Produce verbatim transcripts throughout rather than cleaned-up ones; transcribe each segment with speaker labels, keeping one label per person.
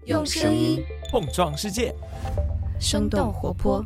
Speaker 1: 用声音
Speaker 2: 碰撞世界，
Speaker 1: 生动活泼。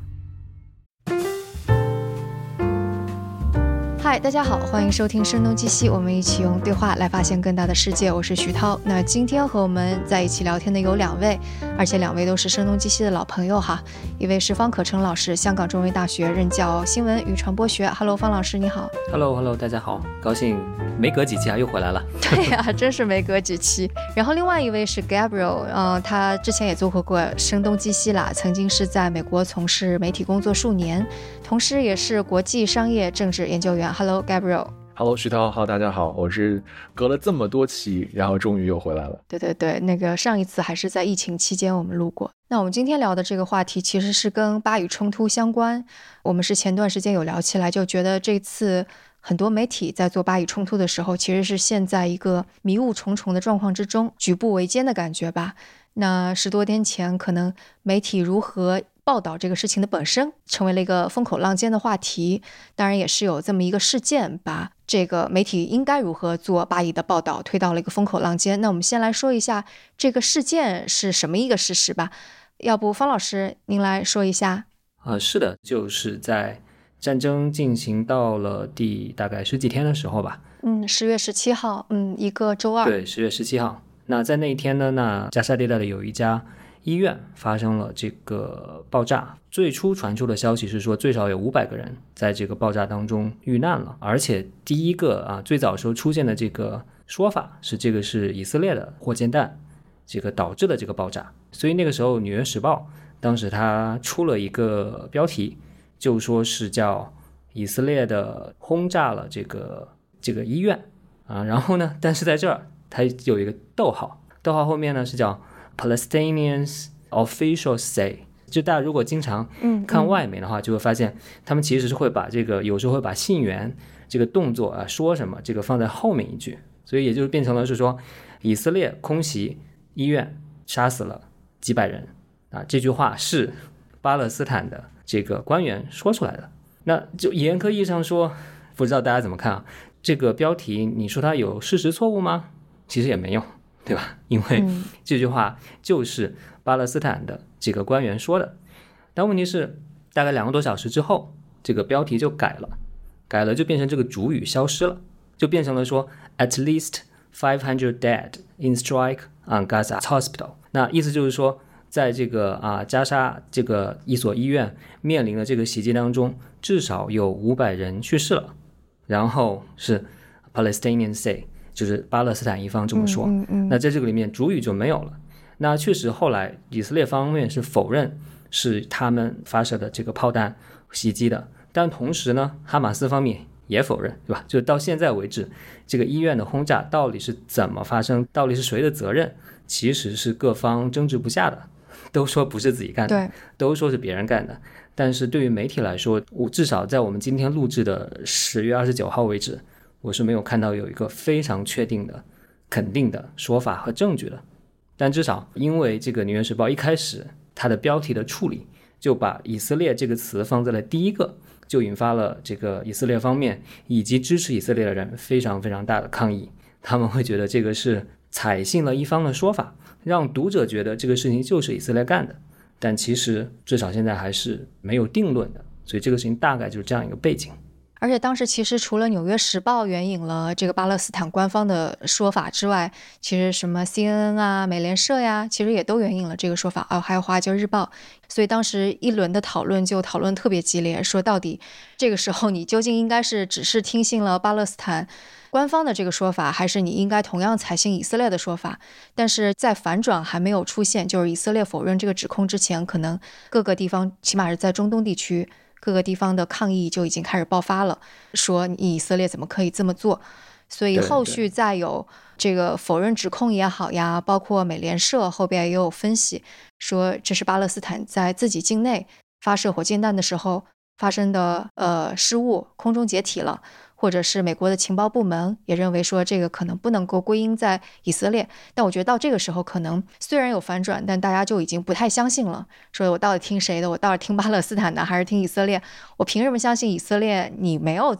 Speaker 3: 嗨，大家好，欢迎收听声东击西，我们一起用对话来发现更大的世界。我是徐涛。那今天和我们在一起聊天的有两位，而且两位都是声东击西的老朋友哈。一位是方可成老师，香港中文大学任教新闻与传播学。Hello， 方老师你好。
Speaker 4: Hello Hello， 大家好，高兴没隔几期啊又回来了。
Speaker 3: 对呀、啊，真是没隔几期。然后另外一位是 Gabriel， 呃，他之前也做过过声东击西啦，曾经是在美国从事媒体工作数年，同时也是国际商业政治研究员。Hello Gabriel。Hello
Speaker 5: 徐涛，好，大家好，我是隔了这么多期，然后终于又回来了。
Speaker 3: 对对对，那个上一次还是在疫情期间我们录过。那我们今天聊的这个话题其实是跟巴以冲突相关，我们是前段时间有聊起来，就觉得这次很多媒体在做巴以冲突的时候，其实是陷在一个迷雾重重的状况之中，举步维艰的感觉吧。那十多天前，可能媒体如何报道这个事情的本身成为了一个风口浪尖的话题，当然也是有这么一个事件把这个媒体应该如何做巴以的报道推到了一个风口浪尖。那我们先来说一下这个事件是什么一个事实吧，要不方老师您来说一下。
Speaker 4: 呃，是的，就是在战争进行到了第大概十几天的时候吧，
Speaker 3: 嗯，十月十七号，嗯，一个周二。
Speaker 4: 对，十月十七号。那在那一天呢，那加沙地带的有一家医院发生了这个爆炸。最初传出的消息是说，最少有五百个人在这个爆炸当中遇难了，而且第一个啊，最早时候出现的这个说法是这个是以色列的火箭弹这个导致的这个爆炸。所以那个时候《纽约时报》当时他出了一个标题，就说是叫以色列的轰炸了这个这个医院啊，然后呢，但是在这儿它有一个逗号，逗号后面呢是叫 Palestinians officials say。 就大家如果经常看外媒的话，就会发现他们其实是会把这个有时候会把信源这个动作啊说什么这个放在后面一句，所以也就变成了是说以色列空袭医院杀死了几百人啊，这句话是巴勒斯坦的这个官员说出来的。那就严格意义上说，不知道大家怎么看啊？这个标题你说它有事实错误吗？其实也没有，对吧？因为这句话就是巴勒斯坦的这个官员说的。但问题是大概两个多小时之后，这个标题就改了，改了就变成这个主语消失了，就变成了说 at least five hundred dead in strike on Gaza hospital。 那意思就是说在这个啊加沙这个一所医院面临的这个袭击当中，至少有五百人去世了。然后是 Palestinians say， 就是巴勒斯坦一方这么说。嗯嗯嗯，那在这个里面主语就没有了。那确实后来以色列方面是否认是他们发射的这个炮弹袭击的，但同时呢哈马斯方面也否认，对吧？就到现在为止，这个医院的轰炸到底是怎么发生，到底是谁的责任，其实是各方争执不下的，都说不是自己干的，都说是别人干的。但是对于媒体来说，我至少在我们今天录制的十月二十九号为止，我是没有看到有一个非常确定的肯定的说法和证据的。但至少因为这个纽约时报一开始它的标题的处理就把以色列这个词放在了第一个，就引发了这个以色列方面以及支持以色列的人非常非常大的抗议。他们会觉得这个是采信了一方的说法，让读者觉得这个事情就是以色列干的，但其实至少现在还是没有定论的。所以这个事情大概就是这样一个背景。
Speaker 3: 而且当时其实除了《纽约时报》援引了这个巴勒斯坦官方的说法之外，其实什么 C N N 啊、美联社呀，其实也都援引了这个说法哦，还有《华尔街日报》。所以当时一轮的讨论就讨论特别激烈，说到底这个时候你究竟应该是只是听信了巴勒斯坦官方的这个说法，还是你应该同样采信以色列的说法？但是在反转还没有出现，就是以色列否认这个指控之前，可能各个地方起码是在中东地区各个地方的抗议就已经开始爆发了，说你以色列怎么可以这么做。所以后续再有这个否认指控也好呀，包括美联社后边也有分析说这是巴勒斯坦在自己境内发射火箭弹的时候发生的呃失误，空中解体了，或者是美国的情报部门也认为说这个可能不能够归因在以色列。但我觉得到这个时候可能虽然有反转，但大家就已经不太相信了，说我到底听谁的？我到底听巴勒斯坦的还是听以色列？我凭什么相信以色列你没有在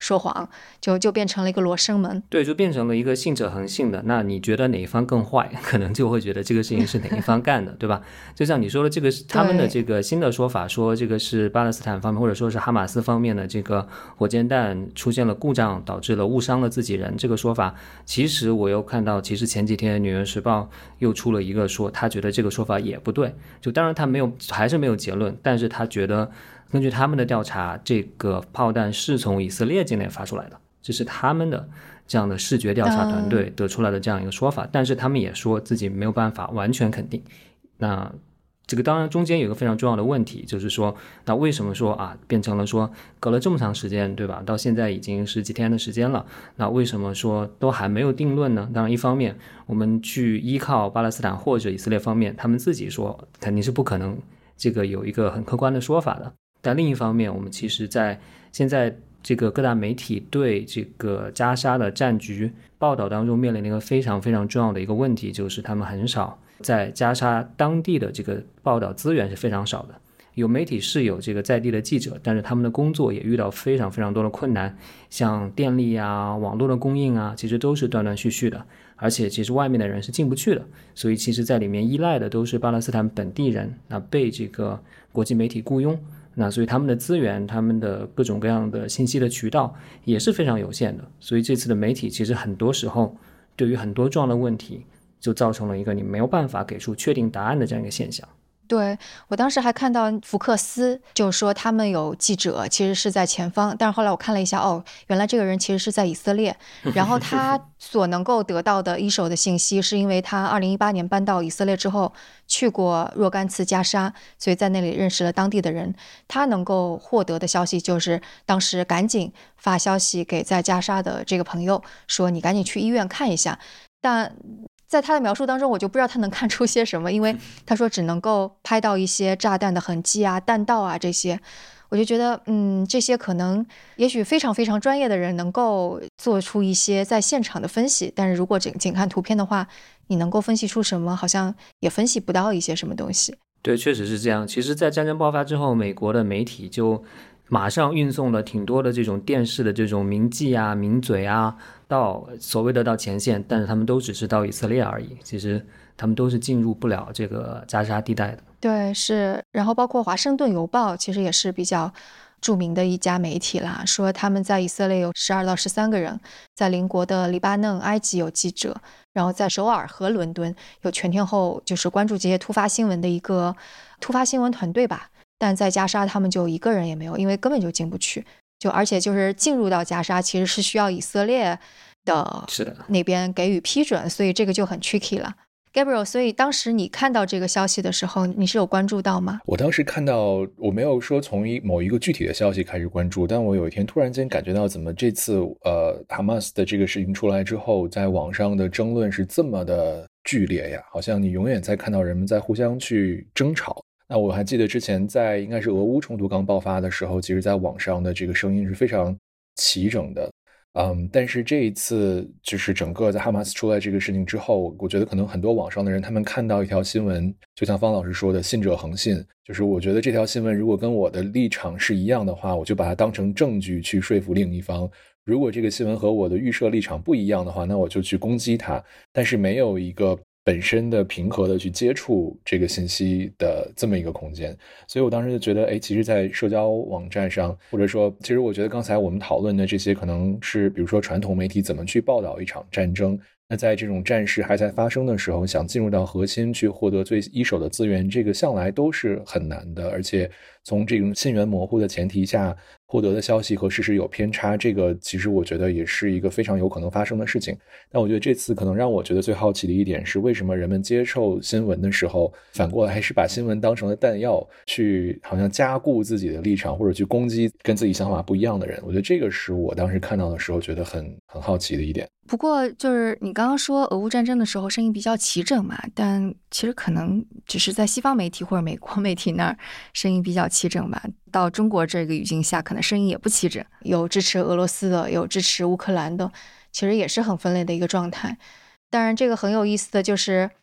Speaker 3: 说谎，就就变成了一个罗生门。
Speaker 4: 对，就变成了一个信者恒信的。那你觉得哪一方更坏，可能就会觉得这个事情是哪一方干的，对吧？就像你说的，这个他们的这个新的说法，说这个是巴勒斯坦方面或者说是哈马斯方面的这个火箭弹出现了故障，导致了误伤了自己人，这个说法，其实我又看到，其实前几天《纽约时报》又出了一个说，他觉得这个说法也不对。就当然他没有，还是没有结论，但是他觉得根据他们的调查，这个炮弹是从以色列境内发出来的。这是他们的这样的视觉调查团队得出来的这样一个说法，但是他们也说自己没有办法完全肯定。那这个当然中间有一个非常重要的问题，就是说，那为什么说啊变成了说隔了这么长时间，对吧？到现在已经十几天的时间了，那为什么说都还没有定论呢？当然，一方面我们去依靠巴勒斯坦或者以色列方面，他们自己说肯定是不可能这个有一个很客观的说法的。但另一方面，我们其实在现在这个各大媒体对这个加沙的战局报道当中面临了一个非常非常重要的一个问题，就是他们很少在加沙当地的这个报道资源是非常少的。有媒体是有这个在地的记者，但是他们的工作也遇到非常非常多的困难，像电力啊、网络的供应啊，其实都是断断续续的，而且其实外面的人是进不去的，所以其实在里面依赖的都是巴勒斯坦本地人，那被这个国际媒体雇佣，那所以他们的资源，他们的各种各样的信息的渠道也是非常有限的。所以这次的媒体其实很多时候对于很多重要的问题就造成了一个你没有办法给出确定答案的这样一个现象。
Speaker 3: 对，我当时还看到福克斯就说他们有记者其实是在前方，但是后来我看了一下，哦，原来这个人其实是在以色列，然后他所能够得到的一手的信息是因为他二零一八年搬到以色列之后去过若干次加沙，所以在那里认识了当地的人，他能够获得的消息就是当时赶紧发消息给在加沙的这个朋友说你赶紧去医院看一下，但在他的描述当中我就不知道他能看出些什么，因为他说只能够拍到一些炸弹的痕迹啊、弹道啊这些，我就觉得嗯，这些可能也许非常非常专业的人能够做出一些在现场的分析，但是如果仅仅看图片的话，你能够分析出什么，好像也分析不到一些什么东西。
Speaker 4: 对，确实是这样。其实在战争爆发之后，美国的媒体就马上运送了挺多的这种电视的这种名记啊、名嘴啊，到所谓的到前线，但是他们都只是到以色列而已，其实他们都是进入不了这个加沙地带的。
Speaker 3: 对，是。然后包括华盛顿邮报其实也是比较著名的一家媒体啦，说他们在以色列有十二到十三个人，在邻国的黎巴嫩、埃及有记者，然后在首尔和伦敦有全天候就是关注这些突发新闻的一个突发新闻团队吧。但在加沙他们就一个人也没有，因为根本就进不去，就而且就是进入到加沙其实是需要以色列的那边给予批准，所以这个就很 tricky 了。Gabriel， 所以当时你看到这个消息的时候，你是有关注到吗？
Speaker 5: 我当时看到，我没有说从一某一个具体的消息开始关注，但我有一天突然间感觉到，怎么这次呃哈马斯的这个事情出来之后，在网上的争论是这么的剧烈呀，好像你永远在看到人们在互相去争吵。那我还记得之前在应该是俄乌冲突刚爆发的时候，其实在网上的这个声音是非常齐整的。嗯，但是这一次就是整个在哈马斯出来这个事情之后，我觉得可能很多网上的人他们看到一条新闻，就像方老师说的信者恒信，就是我觉得这条新闻如果跟我的立场是一样的话，我就把它当成证据去说服另一方，如果这个新闻和我的预设立场不一样的话，那我就去攻击它，但是没有一个本身的平和的去接触这个信息的这么一个空间。所以我当时就觉得，哎，其实在社交网站上，或者说其实我觉得刚才我们讨论的这些可能是比如说传统媒体怎么去报道一场战争，那在这种战事还在发生的时候，想进入到核心去获得最一手的资源，这个向来都是很难的，而且从这种信源模糊的前提下获得的消息和事实有偏差，这个其实我觉得也是一个非常有可能发生的事情。但我觉得这次可能让我觉得最好奇的一点是，为什么人们接受新闻的时候反过来还是把新闻当成了弹药，去好像加固自己的立场，或者去攻击跟自己想法不一样的人。我觉得这个是我当时看到的时候觉得很很好奇的一点。
Speaker 3: 不过就是你刚刚说俄乌战争的时候声音比较齐整嘛，但其实可能只是在西方媒体或者美国媒体那儿声音比较齐整吧，到中国这个语境下可能声音也不齐整，有支持俄罗斯的，有支持乌克兰的，其实也是很分裂的一个状态。当然这个很有意思的就是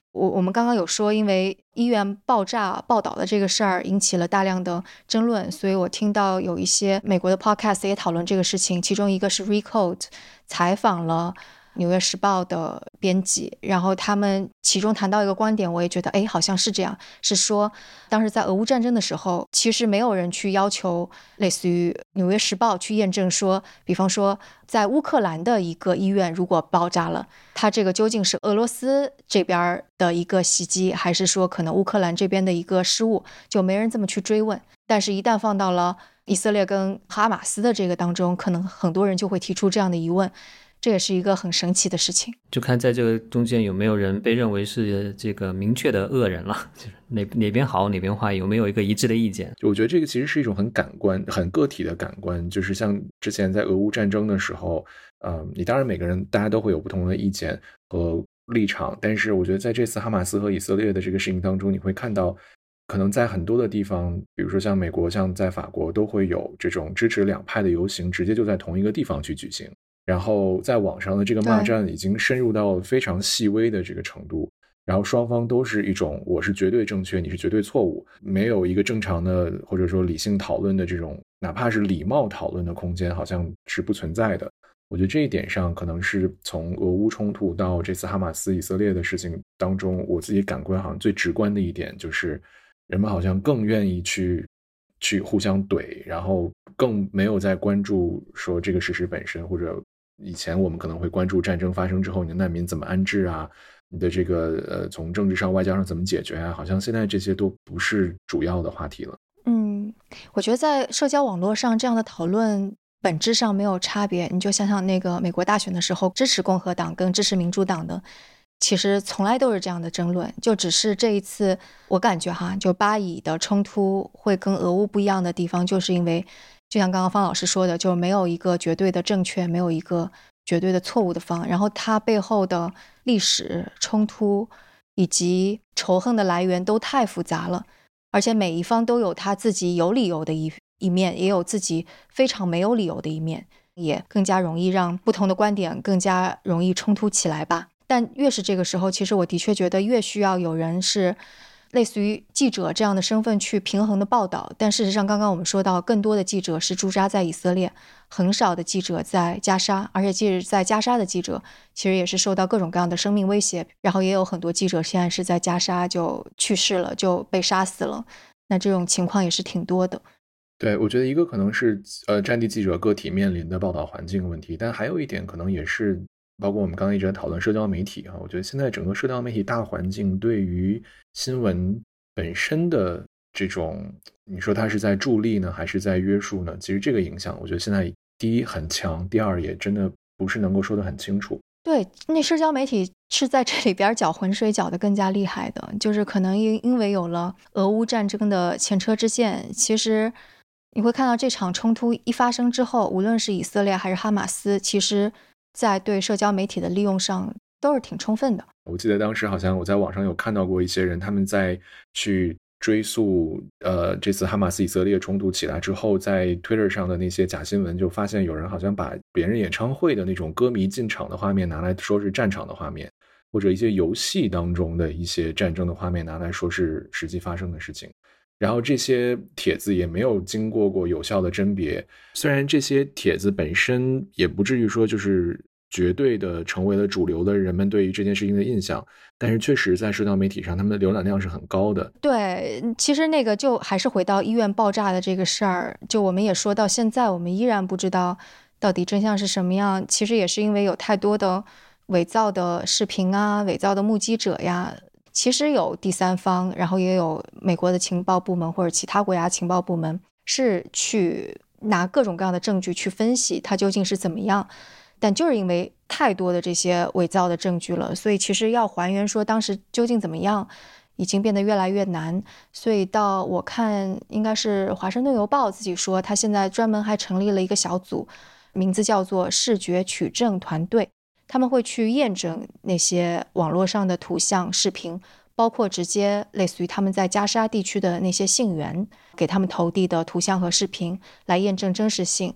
Speaker 3: 我我们刚刚有说，因为医院爆炸报道的这个事儿引起了大量的争论，所以我听到有一些美国的 podcast 也讨论这个事情，其中一个是 Recode 采访了纽约时报的编辑，然后他们其中谈到一个观点，我也觉得哎，好像是这样，是说当时在俄乌战争的时候，其实没有人去要求类似于纽约时报去验证说，比方说在乌克兰的一个医院如果爆炸了，它这个究竟是俄罗斯这边的一个袭击，还是说可能乌克兰这边的一个失误，就没人这么去追问。但是一旦放到了以色列跟哈马斯的这个当中，可能很多人就会提出这样的疑问，这也是一个很神奇的事情。
Speaker 4: 就看在这个中间有没有人被认为是这个明确的恶人了，就是哪哪边好哪边坏，有没有一个一致的意见。
Speaker 5: 我觉得这个其实是一种很感官很个体的感官，就是像之前在俄乌战争的时候，呃，你当然每个人大家都会有不同的意见和立场，但是我觉得在这次哈马斯和以色列的这个事情当中，你会看到可能在很多的地方，比如说像美国像在法国都会有这种支持两派的游行直接就在同一个地方去举行，然后在网上的这个骂战已经深入到非常细微的这个程度，然后双方都是一种我是绝对正确你是绝对错误，没有一个正常的或者说理性讨论的这种哪怕是礼貌讨论的空间好像是不存在的。我觉得这一点上可能是从俄乌冲突到这次哈马斯以色列的事情当中，我自己感官好像最直观的一点就是人们好像更愿意去去互相怼，然后更没有在关注说这个事实本身，或者以前我们可能会关注战争发生之后你的难民怎么安置啊，你的这个呃从政治上外交上怎么解决啊，好像现在这些都不是主要的话题了。
Speaker 3: 嗯，我觉得在社交网络上这样的讨论本质上没有差别，你就想想那个美国大选的时候，支持共和党跟支持民主党的其实从来都是这样的争论，就只是这一次我感觉哈，就巴以的冲突会跟俄乌不一样的地方，就是因为就像刚刚方老师说的，就没有一个绝对的正确，没有一个绝对的错误的方，然后它背后的历史冲突以及仇恨的来源都太复杂了，而且每一方都有他自己有理由的一一面，也有自己非常没有理由的一面，也更加容易让不同的观点更加容易冲突起来吧。但越是这个时候，其实我的确觉得越需要有人是类似于记者这样的身份去平衡的报道，但事实上刚刚我们说到更多的记者是驻扎在以色列，很少的记者在加沙，而且即使在加沙的记者其实也是受到各种各样的生命威胁，然后也有很多记者现在是在加沙就去世了，就被杀死了，那这种情况也是挺多的。
Speaker 5: 对，我觉得一个可能是呃战地记者个体面临的报道环境问题，但还有一点可能也是包括我们刚才一直在讨论社交媒体哈，我觉得现在整个社交媒体大环境对于新闻本身的这种，你说它是在助力呢还是在约束呢，其实这个影响我觉得现在第一很强，第二也真的不是能够说得很清楚。
Speaker 3: 对，那社交媒体是在这里边搅浑水搅得更加厉害的，就是可能因因为有了俄乌战争的前车之鉴，其实你会看到这场冲突一发生之后，无论是以色列还是哈马斯，其实在对社交媒体的利用上都是挺充分的。
Speaker 5: 我记得当时好像我在网上有看到过一些人，他们在去追溯呃这次哈马斯以色列冲突起来之后，在 Twitter 上的那些假新闻，就发现有人好像把别人演唱会的那种歌迷进场的画面拿来说是战场的画面，或者一些游戏当中的一些战争的画面拿来说是实际发生的事情。然后这些帖子也没有经过过有效的甄别，虽然这些帖子本身也不至于说就是绝对的成为了主流的人们对于这件事情的印象，但是确实在社交媒体上他们的浏览量是很高的。
Speaker 3: 对，其实那个就还是回到医院爆炸的这个事儿，就我们也说到现在我们依然不知道到底真相是什么样，其实也是因为有太多的伪造的视频啊，伪造的目击者呀，其实有第三方，然后也有美国的情报部门或者其他国家情报部门是去拿各种各样的证据去分析它究竟是怎么样，但就是因为太多的这些伪造的证据了，所以其实要还原说当时究竟怎么样已经变得越来越难。所以到我看应该是华盛顿邮报自己说，他现在专门还成立了一个小组，名字叫做视觉取证团队，他们会去验证那些网络上的图像视频，包括直接类似于他们在加沙地区的那些信源给他们投递的图像和视频，来验证真实性。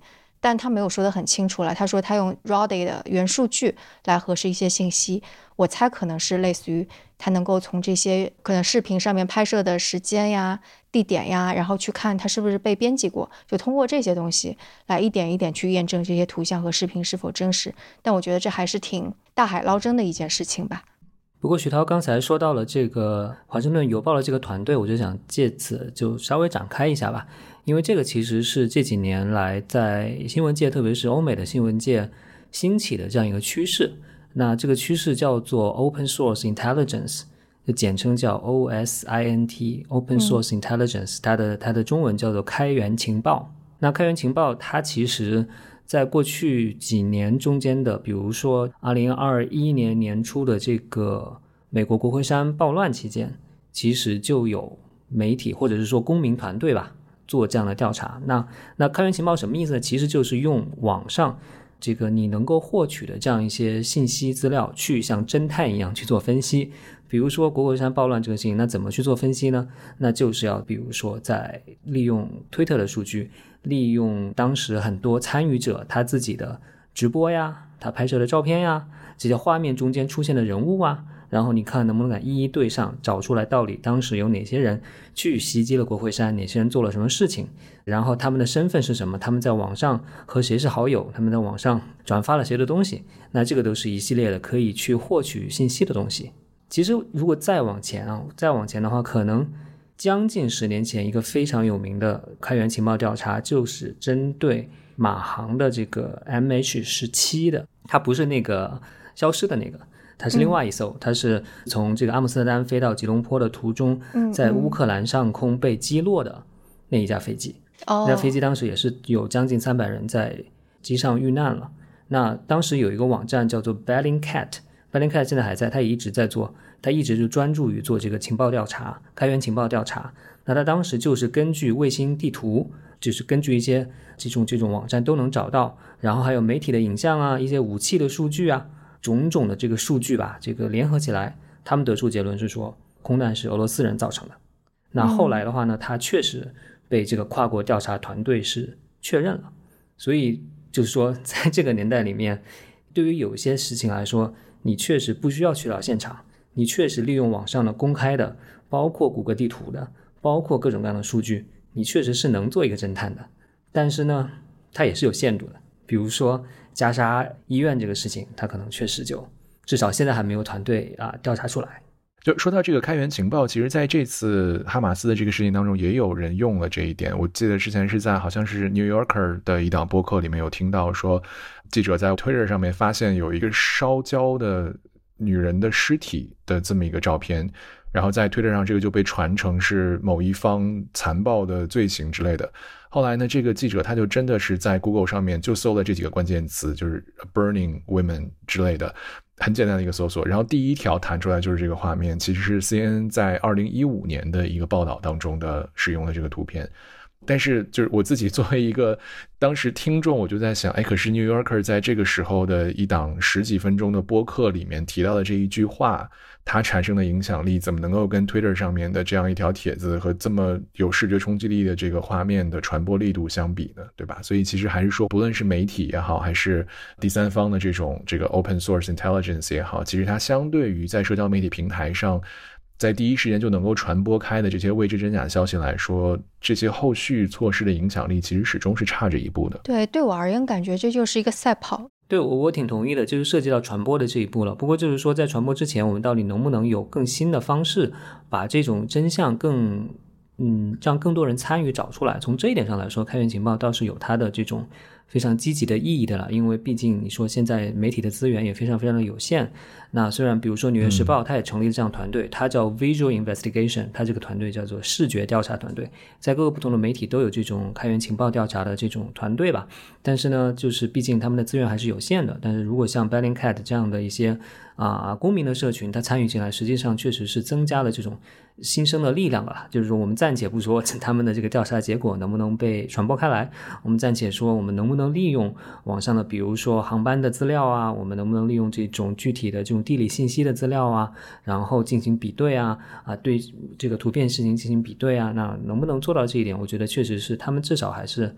Speaker 3: 但他没有说得很清楚了。他说他用 raw data 原数据来核实一些信息，我猜可能是类似于他能够从这些可能视频上面拍摄的时间呀、地点呀，然后去看它是不是被编辑过，就通过这些东西来一点一点去验证这些图像和视频是否真实。但我觉得这还是挺大海捞针的一件事情吧。
Speaker 4: 不过徐涛刚才说到了这个华盛顿邮报的这个团队，我就想借此就稍微展开一下吧，因为这个其实是这几年来在新闻界，特别是欧美的新闻界兴起的这样一个趋势。那这个趋势叫做 Open Source Intelligence， 就简称叫 O S I N T Open Source Intelligence，、嗯、它的它的中文叫做开源情报。那开源情报它其实在过去几年中间的，比如说二零二一年年初的这个美国国会山暴乱期间，其实就有媒体或者是说公民团队吧做这样的调查。那那开源情报什么意思呢？其实就是用网上这个你能够获取的这样一些信息资料去像侦探一样去做分析。比如说国会山暴乱这个事情，那怎么去做分析呢？那就是要比如说在利用推特的数据，利用当时很多参与者他自己的直播呀，他拍摄的照片呀，这些画面中间出现的人物啊，然后你看能不能敢一一对上，找出来到底当时有哪些人去袭击了国会山，哪些人做了什么事情，然后他们的身份是什么，他们在网上和谁是好友，他们在网上转发了谁的东西，那这个都是一系列的可以去获取信息的东西。其实如果再往前啊，再往前的话，可能将近十年前一个非常有名的开源情报调查就是针对马航的这个 M H 十七 的，它不是那个消失的那个，它是另外一艘、嗯、它是从这个阿姆斯特丹飞到吉隆坡的途中、嗯、在乌克兰上空被击落的那一架飞机、哦、那架飞机当时也是有将近三百人在机上遇难了。那当时有一个网站叫做 Bellingcat Bellingcat 现在还在，他也一直在做，他一直就专注于做这个情报调查，开源情报调查。那他当时就是根据卫星地图，就是根据一些这种这种网站都能找到，然后还有媒体的影像啊，一些武器的数据啊，种种的这个数据吧，这个联合起来，他们得出结论是说空难是俄罗斯人造成的。那后来的话呢，他确实被这个跨国调查团队是确认了。所以就是说在这个年代里面，对于有些事情来说，你确实不需要去到现场，你确实利用网上的公开的，包括谷歌地图的，包括各种各样的数据，你确实是能做一个侦探的。但是呢，它也是有限度的。比如说加沙医院这个事情，它可能确实就至少现在还没有团队啊调查出来。
Speaker 5: 就说到这个开源情报，其实在这次哈马斯的这个事情当中也有人用了这一点。我记得之前是在好像是 New Yorker 的一档播客里面有听到说，记者在 Twitter 上面发现有一个烧焦的女人的尸体的这么一个照片，然后在 Twitter 上这个就被传成是某一方残暴的罪行之类的。后来呢，这个记者他就真的是在 Google 上面就搜了这几个关键词，就是 burning women 之类的，很简单的一个搜索，然后第一条弹出来就是这个画面，其实是 C N N 在二零一五年的一个报道当中的使用的这个图片。但是就是我自己作为一个当时听众，我就在想，哎，可是 New Yorker 在这个时候的一档十几分钟的播客里面提到的这一句话，它产生的影响力怎么能够跟 Twitter 上面的这样一条帖子和这么有视觉冲击力的这个画面的传播力度相比呢？对吧？所以其实还是说，不论是媒体也好，还是第三方的这种这个 open source intelligence 也好，其实它相对于在社交媒体平台上在第一时间就能够传播开的这些未知真假消息来说，这些后续措施的影响力其实始终是差着一步的。
Speaker 3: 对，对我而言感觉这就是一个赛跑。
Speaker 4: 对，我我挺同意的，就是涉及到传播的这一步了。不过就是说在传播之前，我们到底能不能有更新的方式把这种真相更嗯让更多人参与找出来。从这一点上来说，开源情报倒是有它的这种非常积极的意义的了，因为毕竟你说现在媒体的资源也非常非常的有限。那虽然比如说纽约时报它也成立了这样团队、嗯、它叫 Visual Investigation， 它这个团队叫做视觉调查团队，在各个不同的媒体都有这种开源情报调查的这种团队吧。但是呢，就是毕竟他们的资源还是有限的。但是如果像 Bellingcat 这样的一些啊公民的社群，它参与进来，实际上确实是增加了这种新生的力量了。就是说我们暂且不说他们的这个调查结果能不能被传播开来，我们暂且说我们能不能利用网上的比如说航班的资料啊，我们能不能利用这种具体的这种地理信息的资料啊，然后进行比对啊啊，对这个图片事情进行比对啊，那能不能做到这一点，我觉得确实是他们至少还是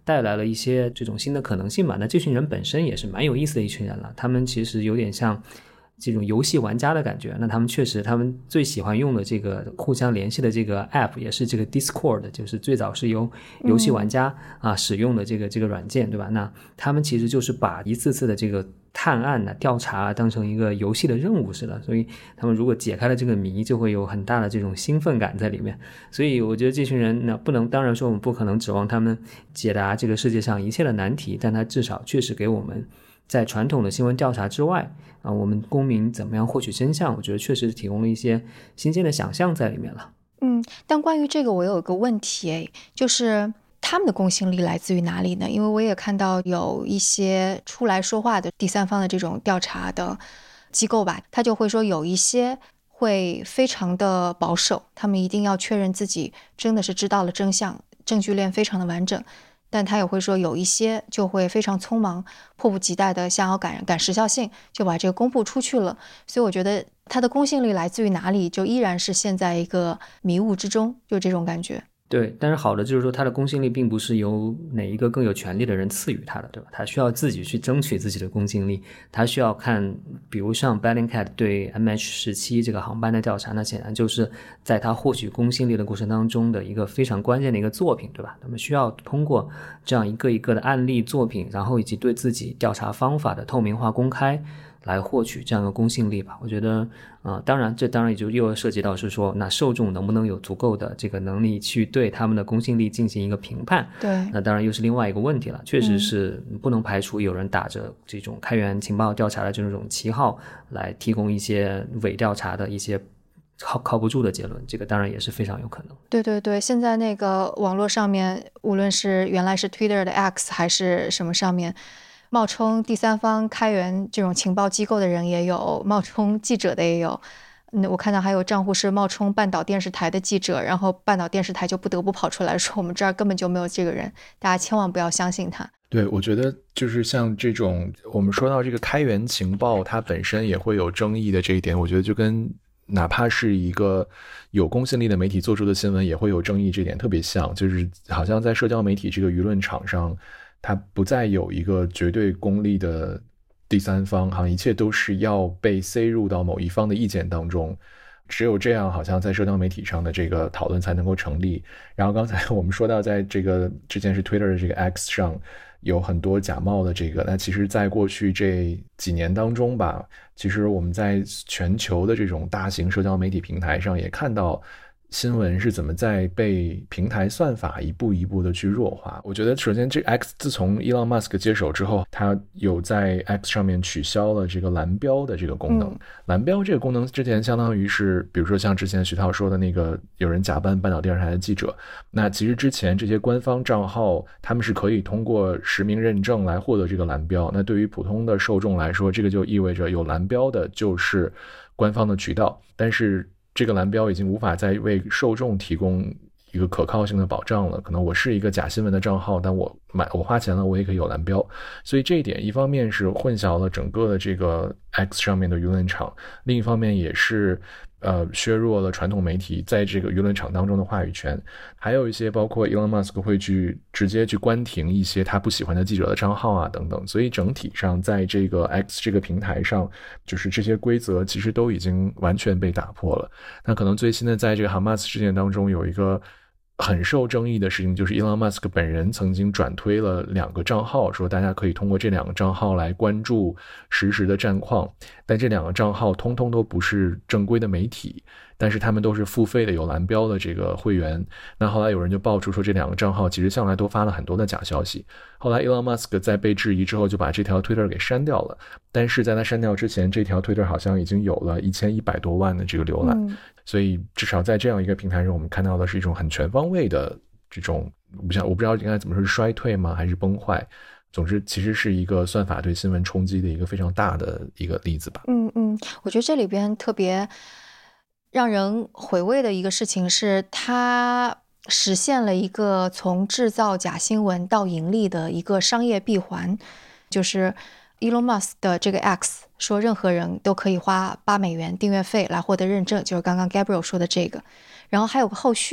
Speaker 4: 带来了一些这种新的可能性吧。那这群人本身也是蛮有意思的一群人了，他们其实有点像这种游戏玩家的感觉。那他们确实他们最喜欢用的这个互相联系的这个 app 也是这个 Discord， 就是最早是由游戏玩家、嗯、啊使用的这个这个软件，对吧？那他们其实就是把一次次的这个探案啊调查啊当成一个游戏的任务似的，所以他们如果解开了这个谜就会有很大的这种兴奋感在里面。所以我觉得这群人呢，不能当然说我们不可能指望他们解答这个世界上一切的难题，但他至少确实给我们在传统的新闻调查之外啊，我们公民怎么样获取真相，我觉得确实提供了一些新鲜的想象在里面了。
Speaker 3: 嗯，但关于这个我有一个问题，就是他们的公信力来自于哪里呢？因为我也看到有一些出来说话的第三方的这种调查的机构吧，他就会说有一些会非常的保守，他们一定要确认自己真的是知道了真相，证据链非常的完整。但他也会说有一些就会非常匆忙迫不及待的想要赶赶时效性，就把这个公布出去了。所以我觉得他的公信力来自于哪里，就依然是陷在一个迷雾之中，就这种感觉。
Speaker 4: 对，但是好的就是说他的公信力并不是由哪一个更有权力的人赐予他的，对吧？他需要自己去争取自己的公信力，他需要看比如像 Bellingcat 对 M H 十七 这个航班的调查，那显然就是在他获取公信力的过程当中的一个非常关键的一个作品，对吧？他们需要通过这样一个一个的案例作品，然后以及对自己调查方法的透明化公开来获取这样的公信力吧。我觉得呃，当然这当然也就又涉及到是说，那受众能不能有足够的这个能力去对他们的公信力进行一个评判，
Speaker 3: 对，
Speaker 4: 那当然又是另外一个问题了。确实是不能排除有人打着这种开源情报调查的这种旗号来提供一些伪调查的一些靠靠不住的结论，这个当然也是非常有可能。
Speaker 3: 对对对，现在那个网络上面，无论是原来是 Twitter 的 X 还是什么上面，冒充第三方开源这种情报机构的人也有，冒充记者的也有。嗯，我看到还有账户是冒充半岛电视台的记者，然后半岛电视台就不得不跑出来说我们这儿根本就没有这个人，大家千万不要相信他。
Speaker 5: 对，我觉得就是像这种我们说到这个开源情报它本身也会有争议的这一点，我觉得就跟哪怕是一个有公信力的媒体做出的新闻也会有争议这点特别像，就是好像在社交媒体这个舆论场上，它不再有一个绝对公利的第三方，好像一切都是要被塞入到某一方的意见当中，只有这样好像在社交媒体上的这个讨论才能够成立。然后刚才我们说到在这个之前是 Twitter 的这个 X 上有很多假冒的这个，那其实在过去这几年当中吧，其实我们在全球的这种大型社交媒体平台上也看到新闻是怎么在被平台算法一步一步的去弱化。我觉得首先这 X 自从 Elon Musk 接手之后，他有在 X 上面取消了这个蓝标的这个功能、嗯、蓝标这个功能之前相当于是比如说像之前徐涛说的那个有人假扮半岛电视台的记者，那其实之前这些官方账号他们是可以通过实名认证来获得这个蓝标，那对于普通的受众来说，这个就意味着有蓝标的就是官方的渠道，但是这个蓝标已经无法再为受众提供一个可靠性的保障了，可能我是一个假新闻的账号，但我买我花钱了我也可以有蓝标，所以这一点一方面是混淆了整个的这个 X 上面的舆论场，另一方面也是呃削弱了传统媒体在这个舆论场当中的话语权。还有一些包括 Elon Musk 会去直接去关停一些他不喜欢的记者的账号啊等等，所以整体上在这个 X 这个平台上，就是这些规则其实都已经完全被打破了。那可能最新的在这个 Hamas 事件当中有一个很受争议的事情，就是 Elon Musk 本人曾经转推了两个账号，说大家可以通过这两个账号来关注实时的战况，但这两个账号通通都不是正规的媒体，但是他们都是付费的有蓝标的这个会员。那后来有人就爆出说这两个账号其实向来都发了很多的假消息，后来 Elon Musk 在被质疑之后就把这条 Twitter 给删掉了，但是在他删掉之前，这条 Twitter 好像已经有了一千一百多万的这个浏览、嗯、所以至少在这样一个平台上，我们看到的是一种很全方位的这种，我不知道我不知道应该怎么说，是衰退吗还是崩坏，总之其实是一个算法对新闻冲击的一个非常大的一个例子吧。
Speaker 3: 嗯嗯，我觉得这里边特别让人回味的一个事情是，它实现了一个从制造假新闻到盈利的一个商业闭环，就是 Elon Musk 的这个 X 说任何人都可以花八美元订阅费来获得认证，就是刚刚 Gabriel 说的这个。然后还有个后续，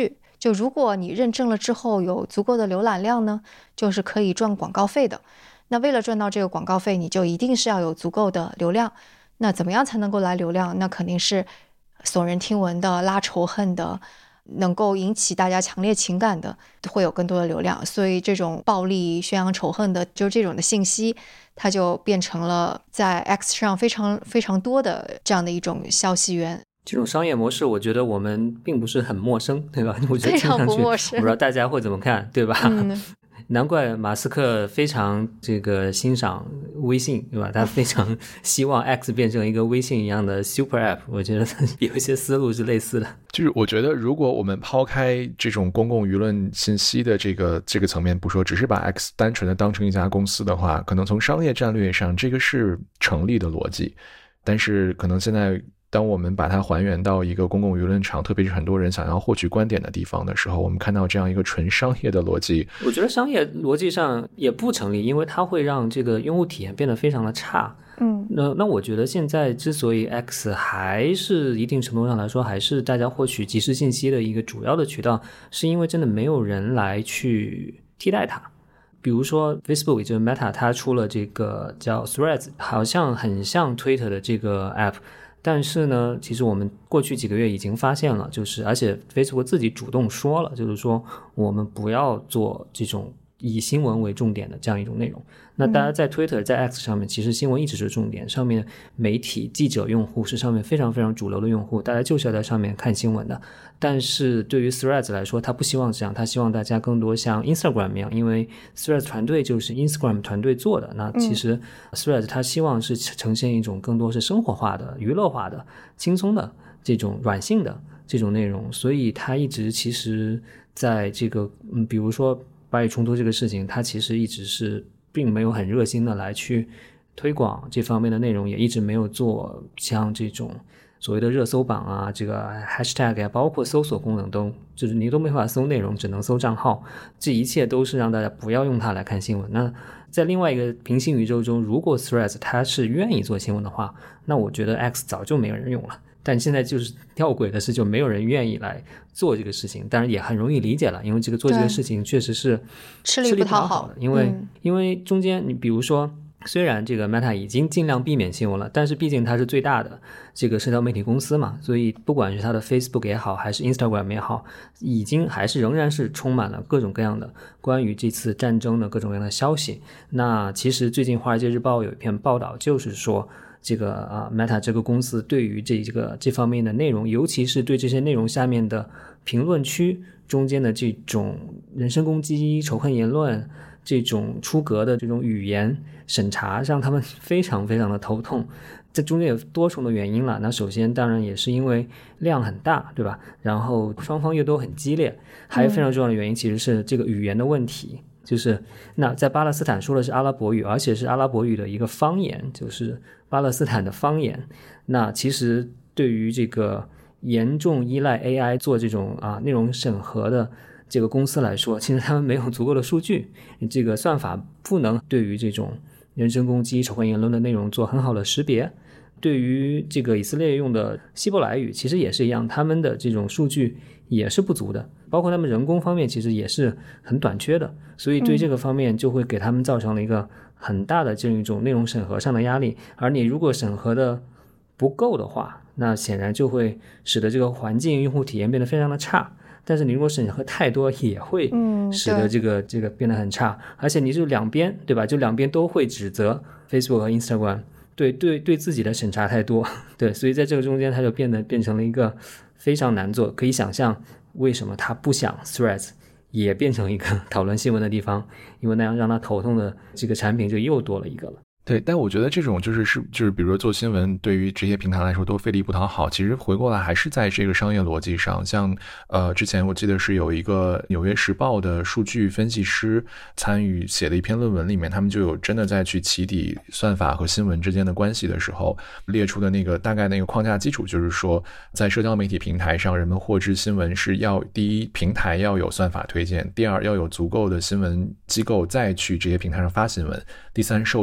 Speaker 3: 就如果你认证了之后有足够的浏览量呢，就是可以赚广告费的。那为了赚到这个广告费，你就一定是要有足够的流量。那怎么样才能够来流量？那肯定是耸人听闻的、拉仇恨的，能够引起大家强烈情感的，会有更多的流量。所以这种暴力宣扬仇恨的，就是这种的信息，它就变成了在 X 上非常非常多的这样的一种消息源。
Speaker 4: 这种商业模式我觉得我们并不是很陌生，对吧？我觉得
Speaker 3: 非常不陌生，
Speaker 4: 我不知道大家会怎么看，对吧？
Speaker 3: 嗯
Speaker 4: 难怪马斯克非常这个欣赏微信，对吧？他非常希望 X 变成一个微信一样的 super app。我觉得有一些思路是类似的。
Speaker 5: 就是我觉得，如果我们抛开这种公共舆论信息的这个这个层面不说，只是把 X 单纯的当成一家公司的话，可能从商业战略上这个是成立的逻辑。但是可能现在当我们把它还原到一个公共舆论场，特别是很多人想要获取观点的地方的时候，我们看到这样一个纯商业的逻辑，
Speaker 4: 我觉得商业逻辑上也不成立，因为它会让这个用户体验变得非常的差。
Speaker 3: 嗯，
Speaker 4: 那那我觉得现在之所以 X 还是一定程度上来说还是大家获取即时信息的一个主要的渠道，是因为真的没有人来去替代它。比如说 Facebook 也就是 Meta 它出了这个叫 Threads， 好像很像 Twitter 的这个 app，但是呢，其实我们过去几个月已经发现了，就是而且 Facebook 自己主动说了，就是说我们不要做这种以新闻为重点的这样一种内容。那大家在 Twitter 在 X 上面，其实新闻一直是重点，上面媒体记者用户是上面非常非常主流的用户，大家就是要在上面看新闻的。但是对于 Threads 来说，他不希望这样，他希望大家更多像 Instagram 一样，因为 Threads 团队就是 Instagram 团队做的。那其实 Threads 他希望是呈现一种更多是生活化的、娱乐化的、轻松的这种软性的这种内容，所以他一直其实在这个嗯，比如说巴以冲突这个事情，他其实一直是并没有很热心的来去推广这方面的内容，也一直没有做像这种所谓的热搜榜啊，这个 hashtag 啊，包括搜索功能都就是你都没法搜内容，只能搜账号，这一切都是让大家不要用它来看新闻。那在另外一个平行宇宙中，如果 Threads 它是愿意做新闻的话，那我觉得 X 早就没有人用了。但现在就是吊诡的是，就没有人愿意来做这个事情，当然也很容易理解了，因为这个做这个事情确实是
Speaker 3: 吃力不讨好
Speaker 4: 的，因为、
Speaker 3: 嗯、
Speaker 4: 因为中间你比如说，虽然这个 Meta 已经尽量避免新闻了，但是毕竟它是最大的这个社交媒体公司嘛，所以不管是它的 Facebook 也好，还是 Instagram 也好，已经还是仍然是充满了各种各样的关于这次战争的各种各样的消息。那其实最近《华尔街日报》有一篇报道，就是说这个啊 Meta 这个公司对于这个这方面的内容，尤其是对这些内容下面的评论区中间的这种人身攻击、仇恨言论、这种出格的这种语言审查，让他们非常非常的头痛。这中间有多重的原因了，那首先当然也是因为量很大，对吧？然后双方又都很激烈，还有非常重要的原因其实是这个语言的问题。就是那在巴勒斯坦说的是阿拉伯语，而且是阿拉伯语的一个方言，就是巴勒斯坦的方言。那其实对于这个严重依赖 A I 做这种啊内容审核的这个公司来说，其实他们没有足够的数据，这个算法不能对于这种人身攻击、仇恨言论的内容做很好的识别。对于这个以色列用的希伯来语其实也是一样，他们的这种数据也是不足的，包括他们人工方面其实也是很短缺的，所以对这个方面就会给他们造成了一个很大的这样一种内容审核上的压力。而你如果审核的不够的话，那显然就会使得这个环境用户体验变得非常的差。但是你如果审核太多，也会使得这个、嗯、这个变得很差。而且你就两边，对吧？就两边都会指责 Facebook 和 Instagram 对对对自己的审查太多，对，所以在这个中间它就变得变成了一个非常难做。可以想象为什么他不想 Threads 也变成一个讨论新闻的地方，因为那样让他头痛的这个产品就又多了一个了。
Speaker 5: 对，但我觉得这种就是是就是比如说做新闻对于这些平台来说都费力不讨好，其实回过来还是在这个商业逻辑上。像呃之前我记得是有一个纽约时报的数据分析师参与写的一篇论文里面，他们就有真的在去起底算法和新闻之间的关系的时候列出的那个大概那个框架基础，就是说在社交媒体平台上人们获知新闻是要第一平台要有算法推荐，第二要有足够的新闻机构再去这些平台上发新闻，第三受众要能够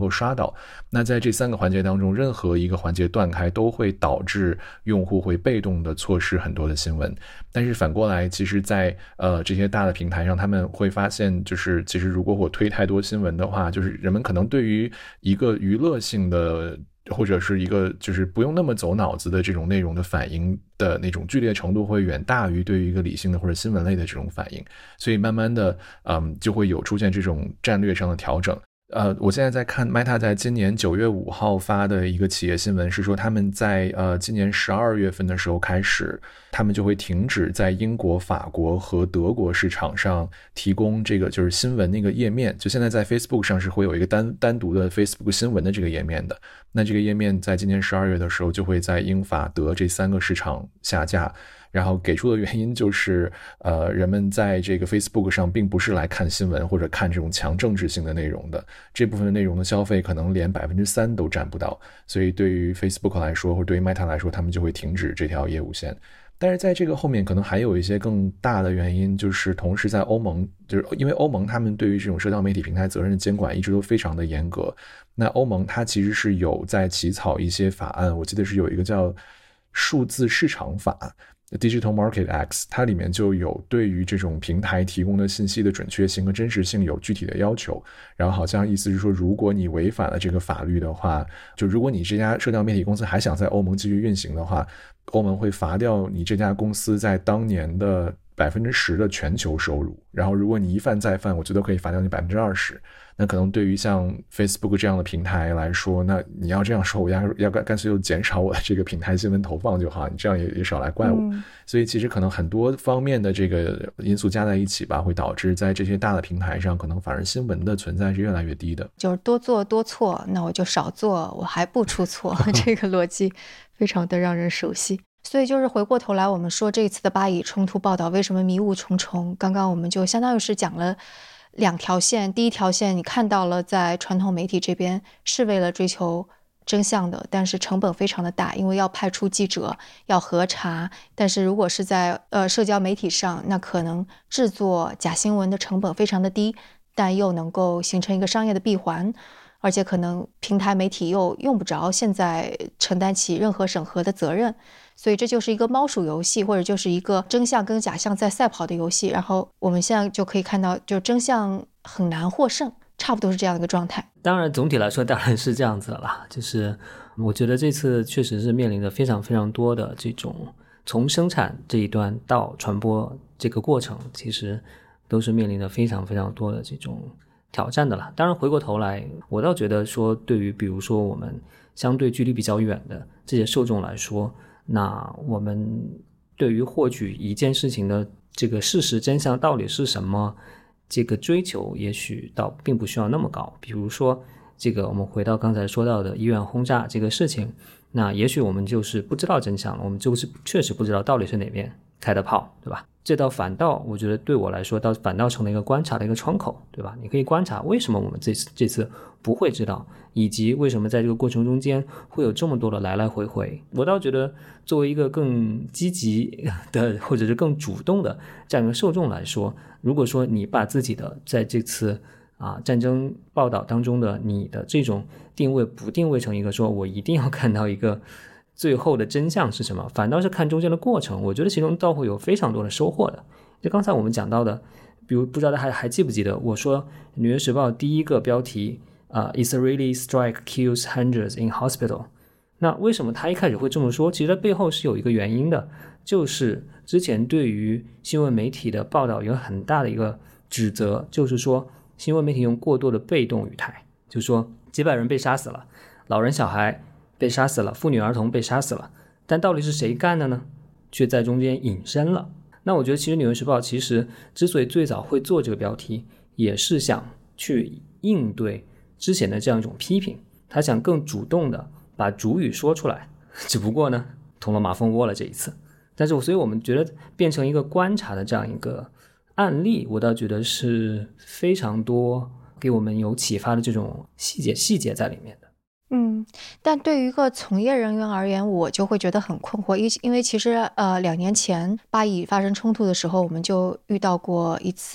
Speaker 5: 够刷到。那在这三个环节当中，任何一个环节断开都会导致用户会被动的错失很多的新闻。但是反过来，其实在呃这些大的平台上，他们会发现，就是其实如果我推太多新闻的话，就是人们可能对于一个娱乐性的或者是一个就是不用那么走脑子的这种内容的反应的那种剧烈程度会远大于对于一个理性的或者新闻类的这种反应，所以慢慢的嗯就会有出现这种战略上的调整。呃，我现在在看 Meta 在今年九月五号发的一个企业新闻，是说他们在呃今年十二月份的时候开始，他们就会停止在英国、法国和德国市场上提供这个就是新闻那个页面。就现在在 Facebook 上是会有一个单单独的 Facebook 新闻的这个页面的，那这个页面在今年十二月的时候就会在英法德这三个市场下架。然后给出的原因就是，呃，人们在这个 Facebook 上并不是来看新闻或者看这种强政治性的内容的，这部分的内容的消费可能连百分之三都占不到，所以对于 Facebook 来说，或者对于 Meta 来说，他们就会停止这条业务线。但是在这个后面可能还有一些更大的原因，就是同时在欧盟，就是因为欧盟他们对于这种社交媒体平台责任的监管一直都非常的严格，那欧盟它其实是有在起草一些法案，我记得是有一个叫数字市场法Digital Market Act， 它里面就有对于这种平台提供的信息的准确性和真实性有具体的要求，然后好像意思是说，如果你违反了这个法律的话，就如果你这家社交媒体公司还想在欧盟继续运行的话，欧盟会罚掉你这家公司在当年的百分之十的全球收入，然后如果你一犯再犯，我觉得可以罚掉你百分之二十。那可能对于像 Facebook 这样的平台来说，那你要这样说，我要要干脆就减少我的这个平台新闻投放就好，你这样也也少来怪我、嗯、所以其实可能很多方面的这个因素加在一起吧，会导致在这些大的平台上，可能反而新闻的存在是越来越低的。
Speaker 3: 就是多做多错，那我就少做，我还不出错这个逻辑非常的让人熟悉。所以就是回过头来，我们说这次的巴以冲突报道为什么迷雾重重，刚刚我们就相当于是讲了两条线。第一条线你看到了，在传统媒体这边是为了追求真相的，但是成本非常的大，因为要派出记者，要核查。但是如果是在呃社交媒体上，那可能制作假新闻的成本非常的低，但又能够形成一个商业的闭环，而且可能平台媒体又用不着现在承担起任何审核的责任。所以这就是一个猫鼠游戏，或者就是一个真相跟假象在赛跑的游戏。然后我们现在就可以看到，就真相很难获胜，差不多是这样的一个状态。
Speaker 4: 当然总体来说当然是这样子了啦，就是我觉得这次确实是面临着非常非常多的这种从生产这一端到传播这个过程，其实都是面临着非常非常多的这种挑战的啦。当然回过头来，我倒觉得说，对于比如说我们相对距离比较远的这些受众来说，那我们对于获取一件事情的这个事实真相到底是什么，这个追求也许倒并不需要那么高。比如说这个我们回到刚才说到的医院轰炸这个事情，那也许我们就是不知道真相了，我们就是确实不知道到底是哪边开的炮，对吧？这倒反倒我觉得对我来说倒反倒成了一个观察的一个窗口，对吧？你可以观察为什么我们这次这次不会知道，以及为什么在这个过程中间会有这么多的来来回回。我倒觉得作为一个更积极的或者是更主动的这样一个受众来说，如果说你把自己的在这次啊战争报道当中的你的这种定位不定位成一个说我一定要看到一个最后的真相是什么，反倒是看中间的过程，我觉得其中倒会有非常多的收获的。就刚才我们讲到的，比如不知道大家还还记不记得我说纽约时报第一个标题啊、uh, Israeli strike kills hundreds in hospital， 那为什么他一开始会这么说，其实背后是有一个原因的，就是之前对于新闻媒体的报道有很大的一个指责，就是说新闻媒体用过多的被动语态，就是说几百人被杀死了，老人小孩被杀死了，妇女儿童被杀死了，但到底是谁干的呢？却在中间隐身了。那我觉得其实纽约时报其实之所以最早会做这个标题，也是想去应对之前的这样一种批评，他想更主动的把主语说出来，只不过呢捅了马蜂窝了这一次。但是所以我们觉得变成一个观察的这样一个案例，我倒觉得是非常多给我们有启发的这种细节细节在里面的。
Speaker 3: 嗯，但对于一个从业人员而言，我就会觉得很困惑，因因为其实呃两年前巴以发生冲突的时候，我们就遇到过一次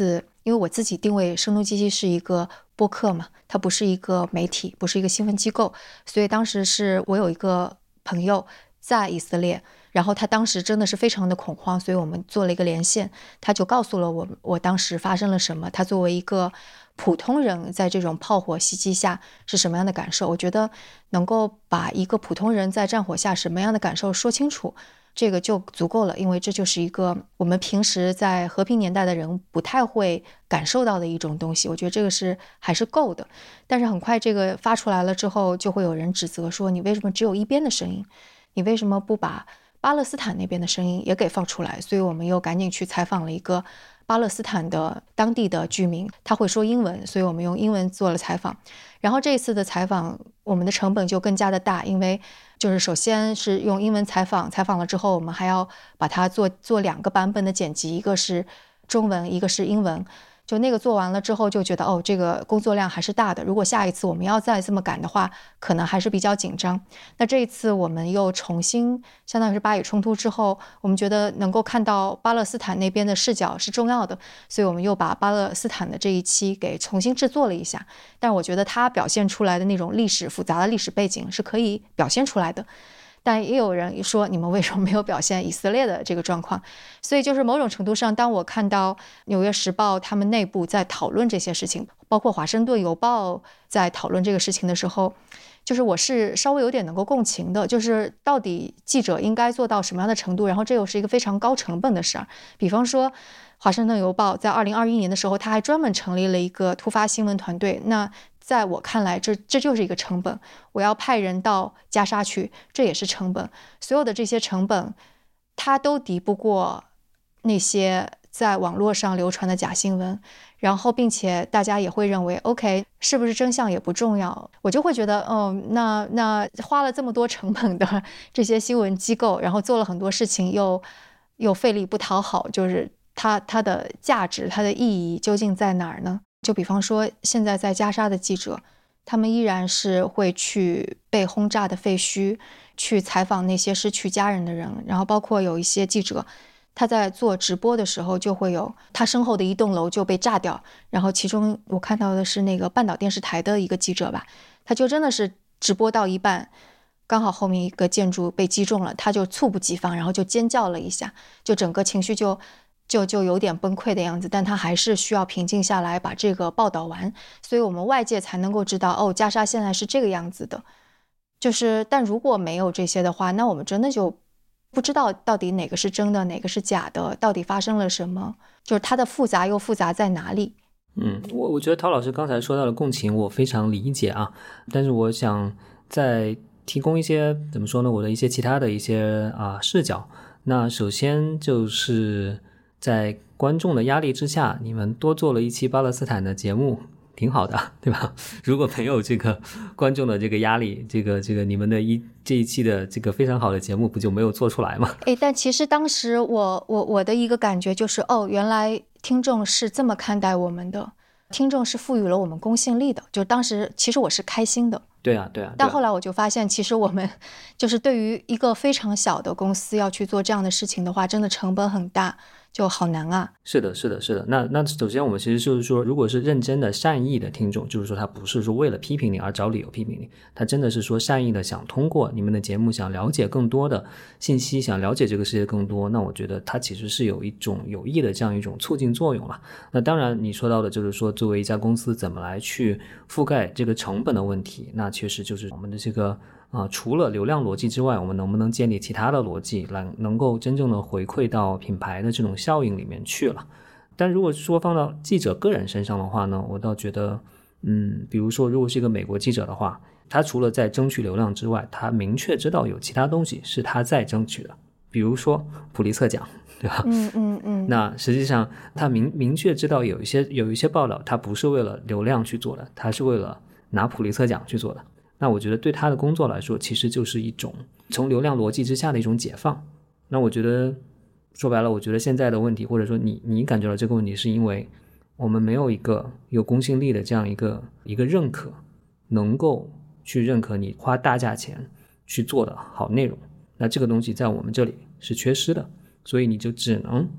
Speaker 3: 因为我自己定位声东击西是一个播客嘛，它不是一个媒体，不是一个新闻机构，所以当时是我有一个朋友在以色列，然后他当时真的是非常的恐慌，所以我们做了一个连线，他就告诉了我我当时发生了什么，他作为一个普通人在这种炮火袭击下是什么样的感受。我觉得能够把一个普通人在战火下什么样的感受说清楚，这个就足够了，因为这就是一个我们平时在和平年代的人不太会感受到的一种东西，我觉得这个是还是够的。但是很快这个发出来了之后，就会有人指责说，你为什么只有一边的声音，你为什么不把巴勒斯坦那边的声音也给放出来？所以我们又赶紧去采访了一个巴勒斯坦的当地的居民，他会说英文，所以我们用英文做了采访。然后这一次的采访我们的成本就更加的大，因为就是首先是用英文采访，采访了之后我们还要把它做做两个版本的剪辑，一个是中文，一个是英文。就那个做完了之后就觉得哦，这个工作量还是大的，如果下一次我们要再这么赶的话，可能还是比较紧张。那这一次我们又重新相当于是巴以冲突之后，我们觉得能够看到巴勒斯坦那边的视角是重要的，所以我们又把巴勒斯坦的这一期给重新制作了一下。但我觉得它表现出来的那种历史复杂的历史背景是可以表现出来的，但也有人说你们为什么没有表现以色列的这个状况。所以就是某种程度上，当我看到纽约时报他们内部在讨论这些事情，包括华盛顿邮报在讨论这个事情的时候，就是我是稍微有点能够共情的，就是到底记者应该做到什么样的程度，然后这又是一个非常高成本的事儿。比方说华盛顿邮报在二零二一年的时候，他还专门成立了一个突发新闻团队，那在我看来这这就是一个成本，我要派人到加沙去，这也是成本。所有的这些成本它都敌不过那些在网络上流传的假新闻，然后并且大家也会认为 OK 是不是真相也不重要，我就会觉得哦，那那花了这么多成本的这些新闻机构，然后做了很多事情又又费力不讨好，就是它它的价值它的意义究竟在哪儿呢？就比方说现在在加沙的记者，他们依然是会去被轰炸的废墟去采访那些失去家人的人，然后包括有一些记者他在做直播的时候就会有他身后的一栋楼就被炸掉，然后其中我看到的是那个半岛电视台的一个记者吧，他就真的是直播到一半刚好后面一个建筑被击中了，他就猝不及防，然后就尖叫了一下，就整个情绪就就就有点崩溃的样子，但他还是需要平静下来把这个报道完，所以我们外界才能够知道哦，加沙现在是这个样子的。就是但如果没有这些的话，那我们真的就不知道到底哪个是真的哪个是假的，到底发生了什么，就是它的复杂又复杂在哪里。
Speaker 4: 嗯，我我觉得陶老师刚才说到的共情我非常理解啊，但是我想再提供一些怎么说呢，我的一些其他的一些啊视角。那首先就是在观众的压力之下，你们多做了一期巴勒斯坦的节目，挺好的，对吧？如果没有这个观众的这个压力，这个这个你们的一这一期的这个非常好的节目不就没有做出来吗？
Speaker 3: 诶，但其实当时我我我的一个感觉就是，哦，原来听众是这么看待我们的，听众是赋予了我们公信力的，就当时其实我是开心的。
Speaker 4: 对啊对啊，
Speaker 3: 但后来我就发现，其实我们就是对于一个非常小的公司要去做这样的事情的话，真的成本很大，就好难啊。
Speaker 4: 是的是的是的，那那首先我们其实就是说，如果是认真的善意的听众，就是说他不是说为了批评你而找理由批评你，他真的是说善意的想通过你们的节目想了解更多的信息，想了解这个世界更多，那我觉得它其实是有一种有益的这样一种促进作用了。那当然你说到的就是说作为一家公司怎么来去覆盖这个成本的问题，那确实就是我们的这个啊、呃，除了流量逻辑之外，我们能不能建立其他的逻辑来能够真正的回馈到品牌的这种效应里面去了。但如果说放到记者个人身上的话呢，我倒觉得嗯，比如说如果是一个美国记者的话，他除了在争取流量之外，他明确知道有其他东西是他在争取的，比如说普利策奖，对吧？
Speaker 3: 嗯嗯嗯。
Speaker 4: 那实际上他明明确知道有一些有一些报道他不是为了流量去做的，他是为了拿普利策奖去做的。那我觉得对他的工作来说，其实就是一种从流量逻辑之下的一种解放。那我觉得说白了，我觉得现在的问题，或者说你你感觉到这个问题，是因为我们没有一个有公信力的这样一个一个认可，能够去认可你花大价钱去做的好内容。那这个东西在我们这里是缺失的，所以你就只能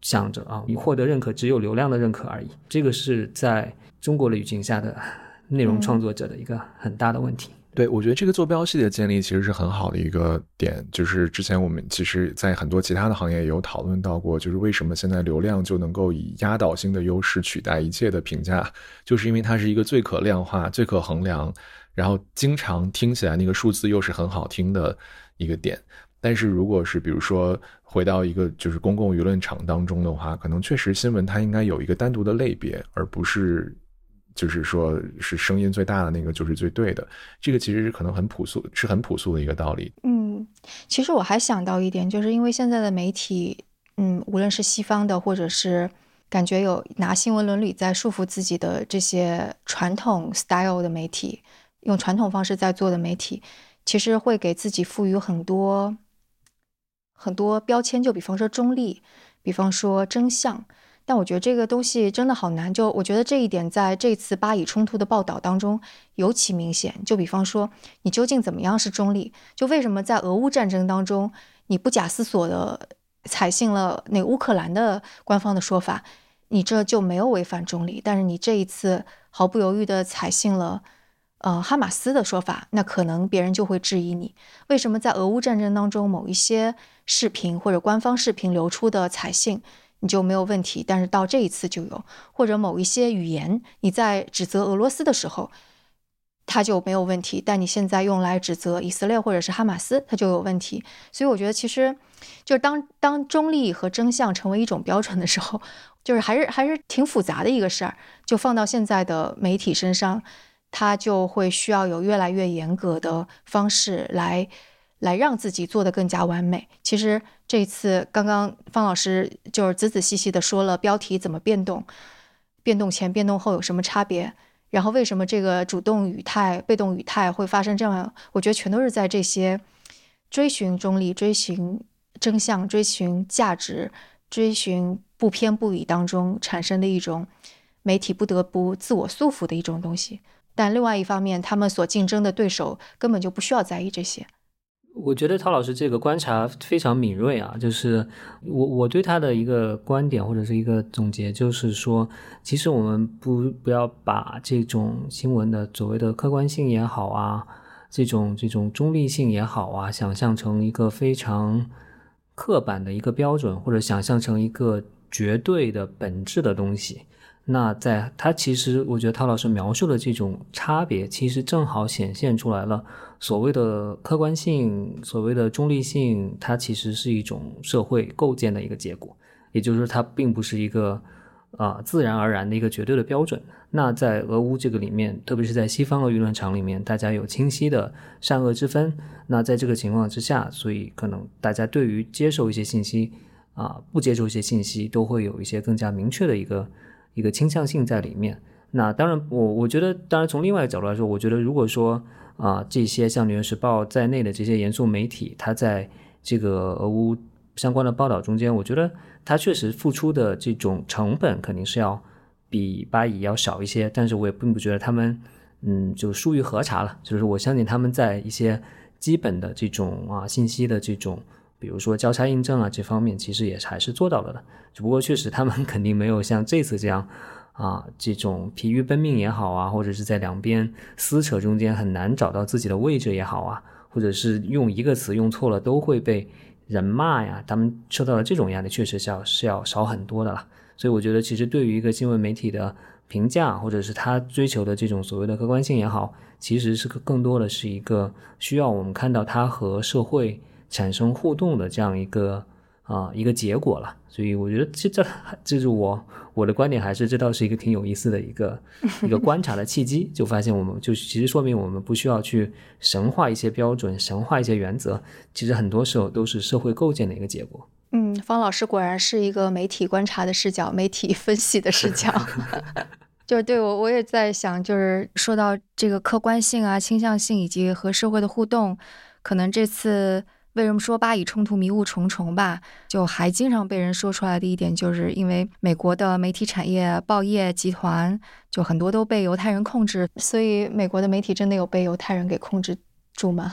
Speaker 4: 想着啊，你获得认可只有流量的认可而已，这个是在中国的语境下的内容创作者的一个很大的问题。
Speaker 5: 嗯，对，我觉得这个坐标系的建立其实是很好的一个点，就是之前我们其实在很多其他的行业也有讨论到过，就是为什么现在流量就能够以压倒性的优势取代一切的评价，就是因为它是一个最可量化、最可衡量，然后经常听起来那个数字又是很好听的一个点。但是如果是比如说回到一个就是公共舆论场当中的话，可能确实新闻它应该有一个单独的类别，而不是就是说是声音最大的那个就是最对的，这个其实可能很朴素，是很朴素的一个道理。
Speaker 3: 嗯，其实我还想到一点，就是因为现在的媒体，嗯，无论是西方的，或者是感觉有拿新闻伦理在束缚自己的这些传统 style 的媒体，用传统方式在做的媒体，其实会给自己赋予很多很多标签，就比方说中立，比方说真相。但我觉得这个东西真的好难，就我觉得这一点在这次巴以冲突的报道当中尤其明显。就比方说你究竟怎么样是中立，就为什么在俄乌战争当中你不假思索的采信了那个乌克兰的官方的说法，你这就没有违反中立，但是你这一次毫不犹豫的采信了呃，哈马斯的说法，那可能别人就会质疑你，为什么在俄乌战争当中某一些视频或者官方视频流出的采信你就没有问题，但是到这一次就有，或者某一些语言你在指责俄罗斯的时候它就没有问题，但你现在用来指责以色列或者是哈马斯它就有问题。所以我觉得其实就是当当中立和真相成为一种标准的时候，就是还是还是挺复杂的一个事儿，就放到现在的媒体身上，他就会需要有越来越严格的方式来来让自己做得更加完美。其实这一次刚刚方老师就是仔仔细细的说了标题怎么变动，变动前变动后有什么差别，然后为什么这个主动语态被动语态会发生这样，我觉得全都是在这些追寻中立、追寻真相、追寻价值、追寻不偏不倚当中产生的一种媒体不得不自我束缚的一种东西。但另外一方面，他们所竞争的对手根本就不需要在意这些。
Speaker 4: 我觉得陶老师这个观察非常敏锐啊，就是我我对他的一个观点或者是一个总结，就是说其实我们不不要把这种新闻的所谓的客观性也好啊，这种这种中立性也好啊，想象成一个非常刻板的一个标准，或者想象成一个绝对的本质的东西。那在他其实我觉得陶老师描述的这种差别其实正好显现出来了，所谓的客观性，所谓的中立性，它其实是一种社会构建的一个结果，也就是说它并不是一个啊、呃、自然而然的一个绝对的标准。那在俄乌这个里面，特别是在西方的舆论场里面，大家有清晰的善恶之分，那在这个情况之下，所以可能大家对于接受一些信息啊、呃、不接受一些信息都会有一些更加明确的一个一个倾向性在里面。那当然我我觉得当然从另外一个角度来说，我觉得如果说啊、呃、这些像纽约时报在内的这些严肃媒体，它在这个俄乌相关的报道中间，我觉得它确实付出的这种成本肯定是要比巴以要少一些，但是我也并不觉得他们嗯就疏于核查了，就是我相信他们在一些基本的这种啊信息的这种比如说交叉印证啊这方面其实也还是做到了的，只不过确实他们肯定没有像这次这样啊这种疲于奔命也好啊，或者是在两边撕扯中间很难找到自己的位置也好啊，或者是用一个词用错了都会被人骂呀，他们受到的这种压力确实是要是要少很多的了。所以我觉得其实对于一个新闻媒体的评价，或者是他追求的这种所谓的客观性也好，其实是更多的是一个需要我们看到它和社会产生互动的这样一个啊、呃、一个结果了。所以我觉得这这这是我我的观点，还是这倒是一个挺有意思的一个一个观察的契机，就发现我们就其实说明我们不需要去神化一些标准，神化一些原则，其实很多时候都是社会构建的一个结果。
Speaker 3: 嗯，方老师果然是一个媒体观察的视角，媒体分析的视角。就是对我我也在想，就是说到这个客观性啊、倾向性以及和社会的互动，可能这次为什么说巴以冲突迷雾重重吧，就还经常被人说出来的一点，就是因为美国的媒体产业报业集团就很多都被犹太人控制，所以美国的媒体真的有被犹太人给控制住吗？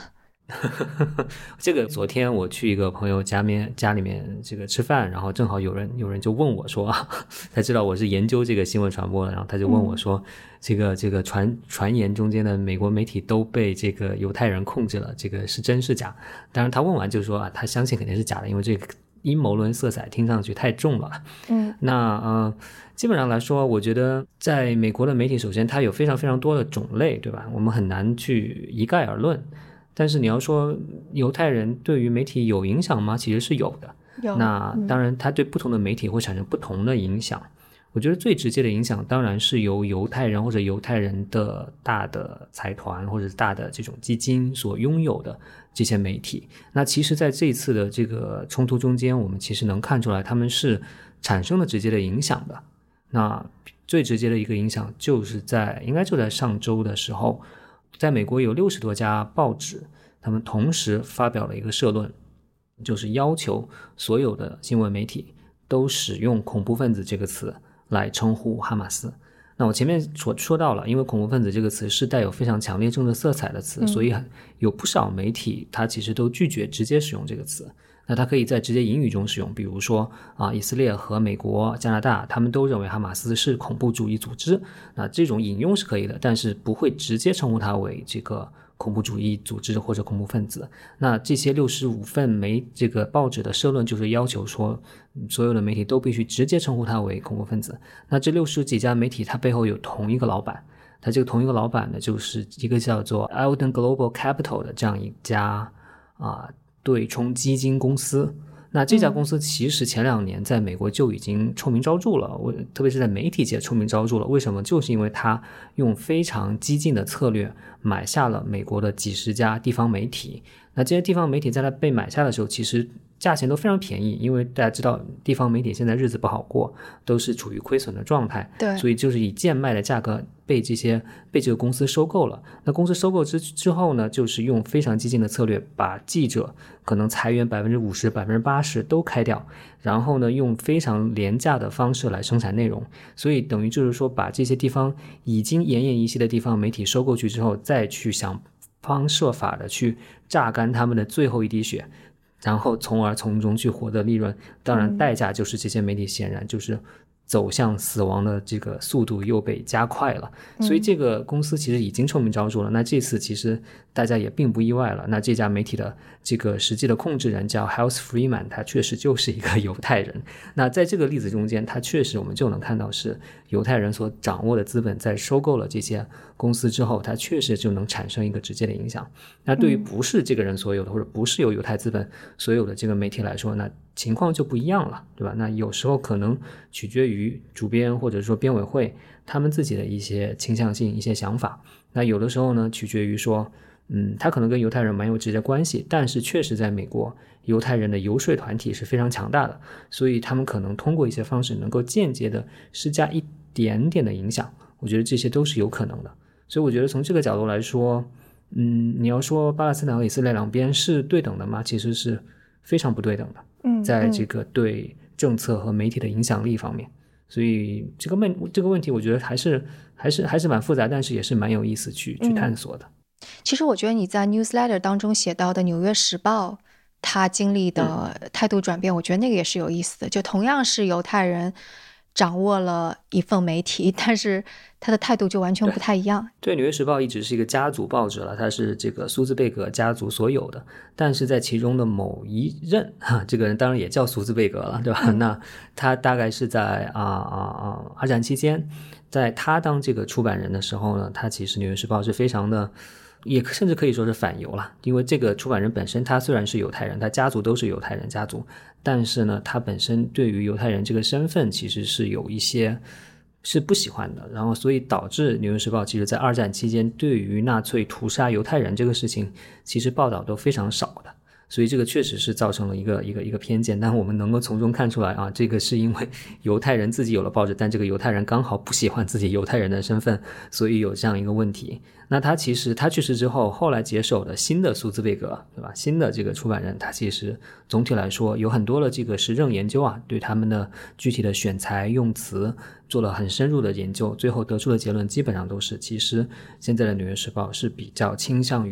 Speaker 4: 这个昨天我去一个朋友家面家里面这个吃饭，然后正好有人有人就问我说，他知道我是研究这个新闻传播的，然后他就问我说，嗯、这个这个传传言中间的美国媒体都被这个犹太人控制了，这个是真是假？当然他问完就说啊，他相信肯定是假的，因为这个阴谋论色彩听上去太重了。
Speaker 3: 嗯，
Speaker 4: 那呃，基本上来说，我觉得在美国的媒体，首先它有非常非常多的种类，对吧？我们很难去一概而论。但是你要说犹太人对于媒体有影响吗？其实是有的。
Speaker 3: 有
Speaker 4: 那当然，它对不同的媒体会产生不同的影响。我觉得最直接的影响当然是由犹太人或者犹太人的大的财团或者大的这种基金所拥有的这些媒体。那其实在这一次的这个冲突中间，我们其实能看出来他们是产生了直接的影响的。那最直接的一个影响就是在应该就在上周的时候，在美国有六十多家报纸，他们同时发表了一个社论，就是要求所有的新闻媒体都使用恐怖分子这个词来称呼哈马斯。那我前面所说到了，因为恐怖分子这个词是带有非常强烈政治色彩的词，嗯、所以有不少媒体它其实都拒绝直接使用这个词。那它可以在直接引语中使用，比如说啊，以色列和美国、加拿大，他们都认为哈马斯是恐怖主义组织。那这种引用是可以的，但是不会直接称呼它为这个恐怖主义组织或者恐怖分子。那这些六十五份媒这个报纸的社论就是要求说，所有的媒体都必须直接称呼它为恐怖分子。那这六十几家媒体，它背后有同一个老板，它这个同一个老板呢，就是一个叫做 Alden Global Capital 的这样一家啊。对冲基金公司。那这家公司其实前两年在美国就已经臭名昭著了，我特别是在媒体界臭名昭著了。为什么？就是因为它用非常激进的策略买下了美国的几十家地方媒体。那这些地方媒体在它被买下的时候，其实价钱都非常便宜，因为大家知道地方媒体现在日子不好过，都是处于亏损的状态，
Speaker 3: 对，
Speaker 4: 所以就是以贱卖的价格被这些被这个公司收购了。那公司收购之之后呢，就是用非常激进的策略，把记者可能裁员百分之五十、百分之八十都开掉，然后呢，用非常廉价的方式来生产内容，所以等于就是说，把这些地方已经奄奄一息的地方媒体收购去之后，再去想方设法的去榨干他们的最后一滴血，然后从而从中去获得利润。当然代价就是这些媒体显然就是走向死亡的这个速度又被加快了，所以这个公司其实已经臭名昭著了。那这次其实大家也并不意外了，那这家媒体的这个实际的控制人叫 Hal Freeman， 他确实就是一个犹太人。那在这个例子中间，他确实我们就能看到是犹太人所掌握的资本在收购了这些公司之后，它确实就能产生一个直接的影响。那对于不是这个人所有的，或者不是由犹太资本所有的这个媒体来说，那情况就不一样了，对吧？那有时候可能取决于主编或者说编委会他们自己的一些倾向性、一些想法。那有的时候呢，取决于说，嗯，他可能跟犹太人蛮有直接关系，但是确实在美国，犹太人的游说团体是非常强大的，所以他们可能通过一些方式能够间接的施加一点点的影响。我觉得这些都是有可能的。所以我觉得从这个角度来说，嗯，你要说巴勒斯坦和以色列两边是对等的吗？其实是非常不对等的。
Speaker 3: 嗯，
Speaker 4: 在这个对政策和媒体的影响力方面，所以这个问这个问题，我觉得还是还是还是蛮复杂，但是也是蛮有意思去去探索的。
Speaker 3: 其实我觉得你在 newsletter 当中写到的《纽约时报》他经历的态度转变，我觉得那个也是有意思的。就同样是犹太人掌握了一份媒体，但是他的态度就完全不太一样。
Speaker 4: 对，纽约时报一直是一个家族报纸了，它是这个苏兹贝格家族所有的，但是在其中的某一任，这个人当然也叫苏兹贝格了，对吧？嗯、那他大概是在啊啊啊二战期间，在他当这个出版人的时候呢，他其实纽约时报是非常的。也甚至可以说是反犹了，因为这个出版人本身他虽然是犹太人，他家族都是犹太人家族，但是呢他本身对于犹太人这个身份其实是有一些是不喜欢的，然后所以导致纽约时报其实在二战期间对于纳粹屠杀犹太人这个事情其实报道都非常少的，所以这个确实是造成了一个一个一个偏见。但我们能够从中看出来啊，这个是因为犹太人自己有了报纸，但这个犹太人刚好不喜欢自己犹太人的身份，所以有这样一个问题。那他其实他去世之后，后来接手的新的苏兹贝格，对吧？新的这个出版人，他其实总体来说有很多的这个实证研究啊，对他们的具体的选材用词做了很深入的研究，最后得出的结论基本上都是，其实现在的纽约时报是比较倾向于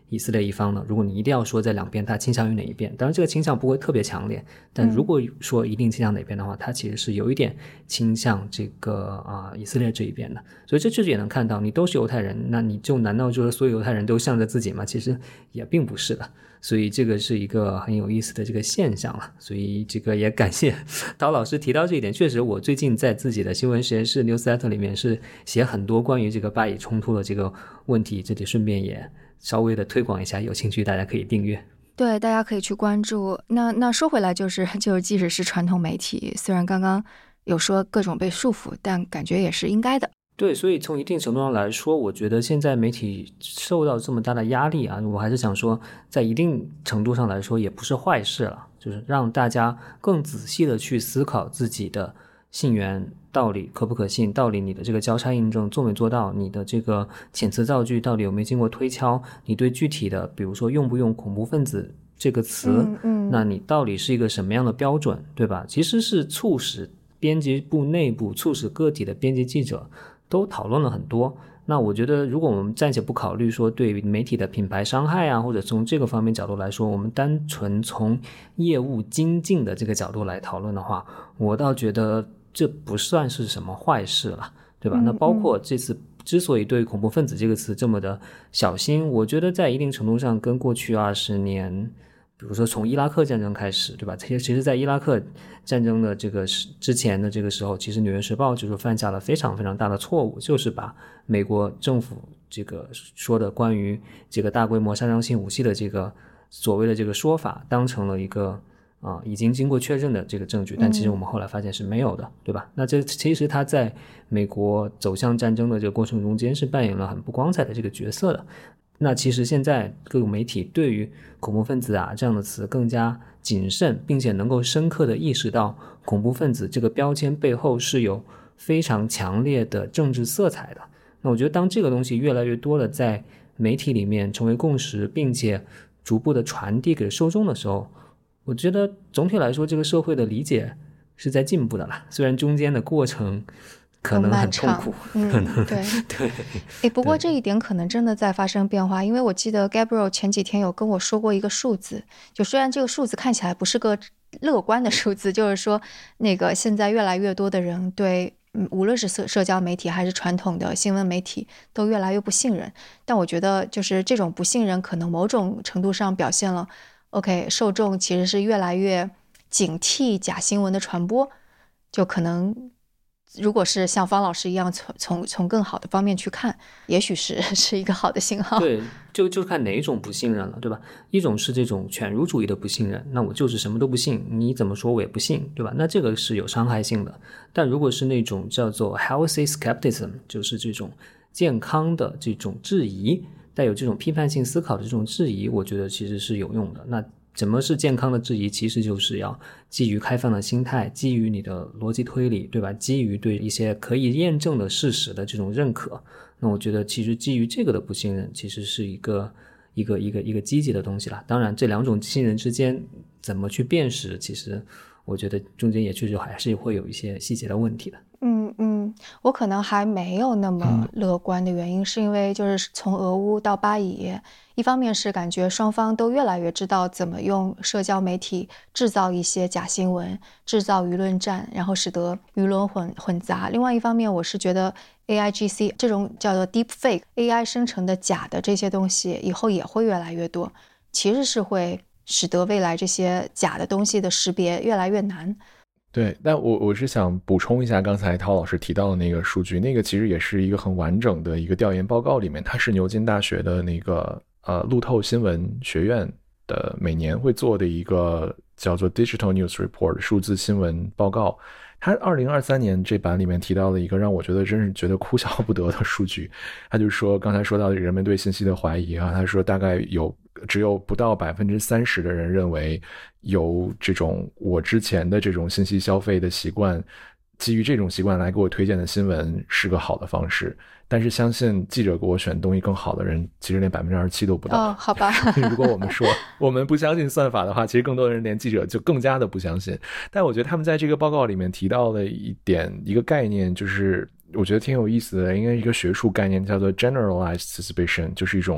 Speaker 4: 以色列一方呢？如果你一定要说在两边他倾向于哪一边，当然这个倾向不会特别强烈，但如果说一定倾向哪边的话，他其实是有一点倾向这个啊、呃、以色列这一边的。所以这就是也能看到，你都是犹太人，那你就难道说所有犹太人都向着自己吗？其实也并不是的。所以这个是一个很有意思的这个现象了。所以这个也感谢陶老师提到这一点。确实，我最近在自己的新闻实验室 newsletter 里面是写很多关于这个巴以冲突的这个问题，这里顺便也稍微的推广一下，有兴趣大家可以订阅。
Speaker 3: 对，大家可以去关注。那那说回来，就是就是即使是传统媒体，虽然刚刚有说各种被束缚，但感觉也是应该的。
Speaker 4: 对，所以从一定程度上来说，我觉得现在媒体受到这么大的压力啊，我还是想说，在一定程度上来说也不是坏事了，就是让大家更仔细的去思考自己的信源到底可不可信，到底你的这个交叉印证做没做到，你的这个遣词造句到底有没有经过推敲，你对具体的比如说用不用恐怖分子这个词、
Speaker 3: 嗯嗯、
Speaker 4: 那你到底是一个什么样的标准，对吧？其实是促使编辑部内部，促使个体的编辑记者都讨论了很多。那我觉得如果我们暂且不考虑说对媒体的品牌伤害啊，或者从这个方面角度来说，我们单纯从业务精进的这个角度来讨论的话，我倒觉得这不算是什么坏事了，对吧？
Speaker 3: 嗯、
Speaker 4: 那包括这次之所以对恐怖分子这个词这么的小心，我觉得在一定程度上跟过去二十年比如说从伊拉克战争开始，对吧？其实在伊拉克战争的这个之前的这个时候，其实纽约时报就是犯下了非常非常大的错误，就是把美国政府这个说的关于这个大规模杀伤性武器的这个所谓的这个说法当成了一个啊、呃、已经经过确认的这个证据，但其实我们后来发现是没有的，嗯、对吧？那这其实他在美国走向战争的这个过程中间是扮演了很不光彩的这个角色的。那其实现在各种媒体对于恐怖分子啊这样的词更加谨慎，并且能够深刻地意识到恐怖分子这个标签背后是有非常强烈的政治色彩的。那我觉得当这个东西越来越多的在媒体里面成为共识，并且逐步的传递给受众的时候，我觉得总体来说这个社会的理解是在进步的啦，虽然中间的过程可能很痛苦，
Speaker 3: 嗯，
Speaker 4: 可能
Speaker 3: 对
Speaker 4: 对。
Speaker 3: 诶，不过这一点可能真的在发生变化，因为我记得 Gabriel 前几天有跟我说过一个数字，就虽然这个数字看起来不是个乐观的数字，就是说那个现在越来越多的人对嗯，无论是社社交媒体还是传统的新闻媒体都越来越不信任。但我觉得就是这种不信任可能某种程度上表现了 OK 受众其实是越来越警惕假新闻的传播，就可能如果是像方老师一样从从从更好的方面去看，也许是是一个好的信号。
Speaker 4: 对，就就看哪一种不信任了，对吧？一种是这种犬儒主义的不信任，那我就是什么都不信，你怎么说我也不信，对吧？那这个是有伤害性的。但如果是那种叫做 healthy skepticism， 就是这种健康的这种质疑，带有这种批判性思考的这种质疑，我觉得其实是有用的。那怎么是健康的质疑？其实就是要基于开放的心态，基于你的逻辑推理，对吧？基于对一些可以验证的事实的这种认可。那我觉得其实基于这个的不信任，其实是一个一个一个一个积极的东西啦。当然，这两种信任之间怎么去辨识，其实我觉得中间也确实还是会有一些细节的问题的。
Speaker 3: 嗯嗯，我可能还没有那么乐观的原因，是因为就是从俄乌到巴以，一方面是感觉双方都越来越知道怎么用社交媒体制造一些假新闻，制造舆论战，然后使得舆论混混杂。另外一方面，我是觉得 A I G C 这种叫做 Deepfake A I 生成的假的这些东西以后也会越来越多，其实是会使得未来这些假的东西的识别越来越难。
Speaker 5: 对，但我我是想补充一下刚才陶老师提到的那个数据，那个其实也是一个很完整的一个调研报告里面，它是牛津大学的那个呃路透新闻学院的每年会做的一个叫做 Digital News Report 数字新闻报告。他二零二三年这版里面提到了一个让我觉得真是觉得哭笑不得的数据，他就说刚才说到人们对信息的怀疑啊，他说大概有只有不到百分之三十的人认为有这种我之前的这种信息消费的习惯，基于这种习惯来给我推荐的新闻是个好的方式，但是相信记者给我选东西更好的人其实连百分之二十七都不到。
Speaker 3: 哦，好吧。
Speaker 5: 如果我们说我们不相信算法的话，其实更多的人连记者就更加的不相信。但我觉得他们在这个报告里面提到了一点一个概念，就是我觉得挺有意思的，应该是一个学术概念叫做 generalized suspicion， 就是一种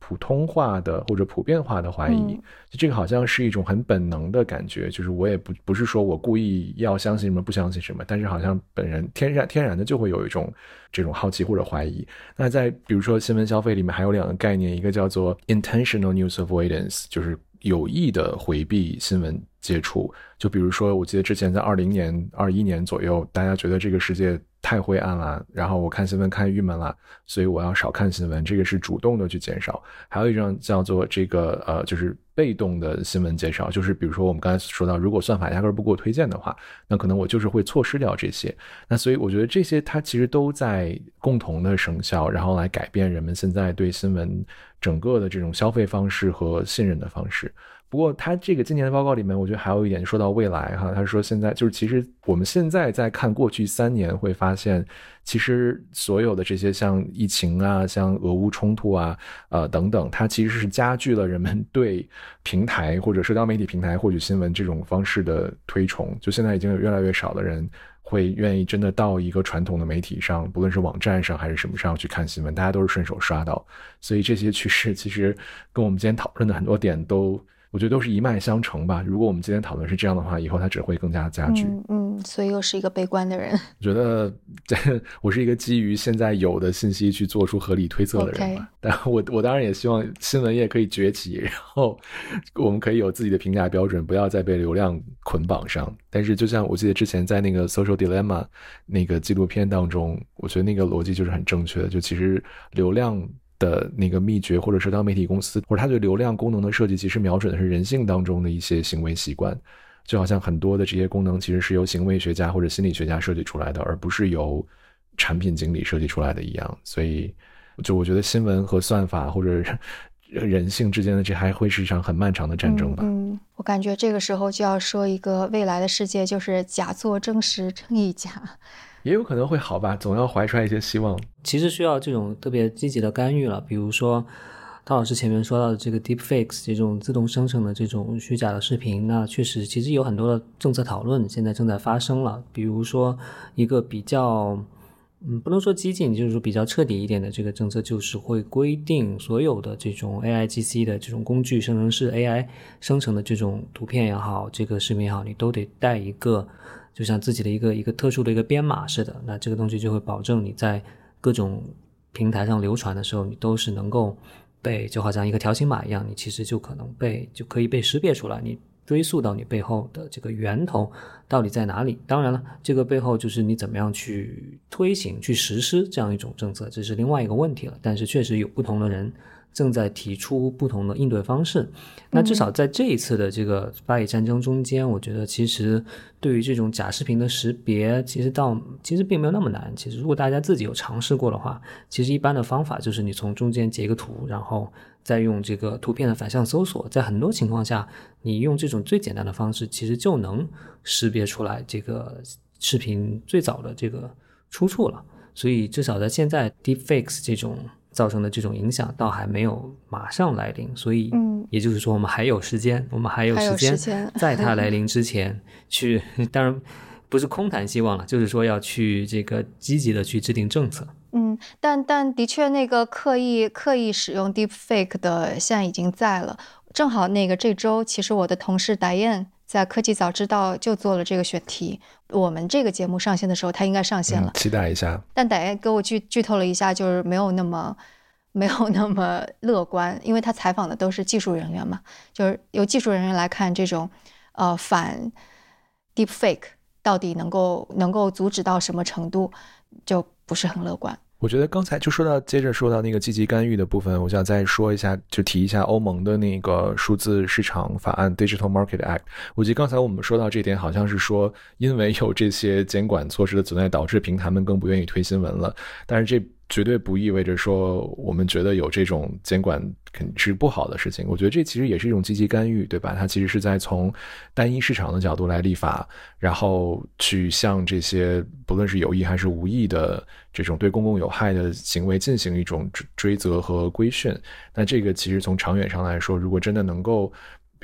Speaker 5: 普通化的或者普遍化的怀疑、嗯、这个好像是一种很本能的感觉，就是我也不不是说我故意要相信什么不相信什么，但是好像本人天然天然的就会有一种这种好奇或者怀疑。那在比如说新闻消费里面还有两个概念，一个叫做 intentional news avoidance， 就是有意的回避新闻接触。就比如说我记得之前在二零年二一年左右，大家觉得这个世界太灰暗了，然后我看新闻看郁闷了，所以我要少看新闻，这个是主动的去减少。还有一种叫做这个呃，就是被动的新闻减少，就是比如说我们刚才说到，如果算法压根不给我推荐的话，那可能我就是会错失掉这些。那所以我觉得这些它其实都在共同的生效，然后来改变人们现在对新闻整个的这种消费方式和信任的方式。不过他这个今年的报告里面，我觉得还有一点说到未来哈，他说现在就是其实我们现在在看过去三年会发现，其实所有的这些像疫情啊，像俄乌冲突啊，呃等等，它其实是加剧了人们对平台或者社交媒体平台获取新闻这种方式的推崇。就现在已经有越来越少的人会愿意真的到一个传统的媒体上，不论是网站上还是什么上去看新闻，大家都是顺手刷到。所以这些趋势其实跟我们今天讨论的很多点都我觉得都是一脉相承吧。如果我们今天讨论是这样的话，以后它只会更加加剧。
Speaker 3: 嗯嗯，所以又是一个悲观的人。
Speaker 5: 我觉得我是一个基于现在有的信息去做出合理推测的人吧。Okay. 但我我当然也希望新闻业可以崛起，然后我们可以有自己的评价标准，不要再被流量捆绑上。但是就像我记得之前在那个 Social Dilemma 那个纪录片当中，我觉得那个逻辑就是很正确的，就其实流量的那个秘诀，或者社交媒体公司或者它对流量功能的设计，其实瞄准的是人性当中的一些行为习惯。就好像很多的这些功能其实是由行为学家或者心理学家设计出来的，而不是由产品经理设计出来的一样。所以就我觉得新闻和算法或者人性之间的这还会是一场很漫长的战争吧。
Speaker 3: 嗯, 嗯，我感觉这个时候就要说一个未来的世界，就是假作真实真亦假。
Speaker 5: 也有可能会好吧，总要怀揣一些希望。
Speaker 4: 其实需要这种特别积极的干预了，比如说陶老师前面说到的这个 deepfakes 这种自动生成的这种虚假的视频，那确实其实有很多的政策讨论现在正在发生了。比如说一个比较嗯，不能说激进，就是说比较彻底一点的这个政策，就是会规定所有的这种 A I G C 的这种工具生成式 A I 生成的这种图片也好，这个视频也好，你都得带一个就像自己的一个一个特殊的一个编码似的，那这个东西就会保证你在各种平台上流传的时候，你都是能够被，就好像一个条形码一样，你其实就可能被就可以被识别出来，你追溯到你背后的这个源头到底在哪里。当然了，这个背后就是你怎么样去推行去实施这样一种政策，这是另外一个问题了。但是确实有不同的人正在提出不同的应对方式。那至少在这一次的这个巴以战争中间，我觉得其实对于这种假视频的识别，其实到其实并没有那么难。其实如果大家自己有尝试过的话，其实一般的方法就是你从中间截一个图，然后再用这个图片的反向搜索，在很多情况下你用这种最简单的方式，其实就能识别出来这个视频最早的这个出处了。所以至少在现在 deepfakes 这种造成的这种影响倒还没有马上来临，所以也就是说我们还有时间、嗯、我们还有时间在它来临之前去当然不是空谈希望了，就是说要去这个积极的去制定政策。
Speaker 3: 嗯，但但的确那个刻意刻意使用 deepfake 的现在已经在了。正好那个这周其实我的同事 Diane 在科技早知道就做了这个选题，我们这个节目上线的时候它应该上线了、
Speaker 5: 嗯、期待一下。
Speaker 3: 但 Diane 给我剧剧透了一下，就是没有那么没有那么乐观，因为他采访的都是技术人员嘛，就是由技术人员来看这种呃反 deepfake 到底能够能够阻止到什么程度，就不是很乐观。
Speaker 5: 我觉得刚才就说到接着说到那个积极干预的部分，我想再说一下，就提一下欧盟的那个数字市场法案 Digital Market Act。 我记得刚才我们说到这点，好像是说因为有这些监管措施的存在，导致平台们更不愿意推新闻了，但是这绝对不意味着说我们觉得有这种监管肯定是不好的事情。我觉得这其实也是一种积极干预，对吧？它其实是在从单一市场的角度来立法，然后去向这些不论是有意还是无意的这种对公共有害的行为进行一种追责和规训。那这个其实从长远上来说，如果真的能够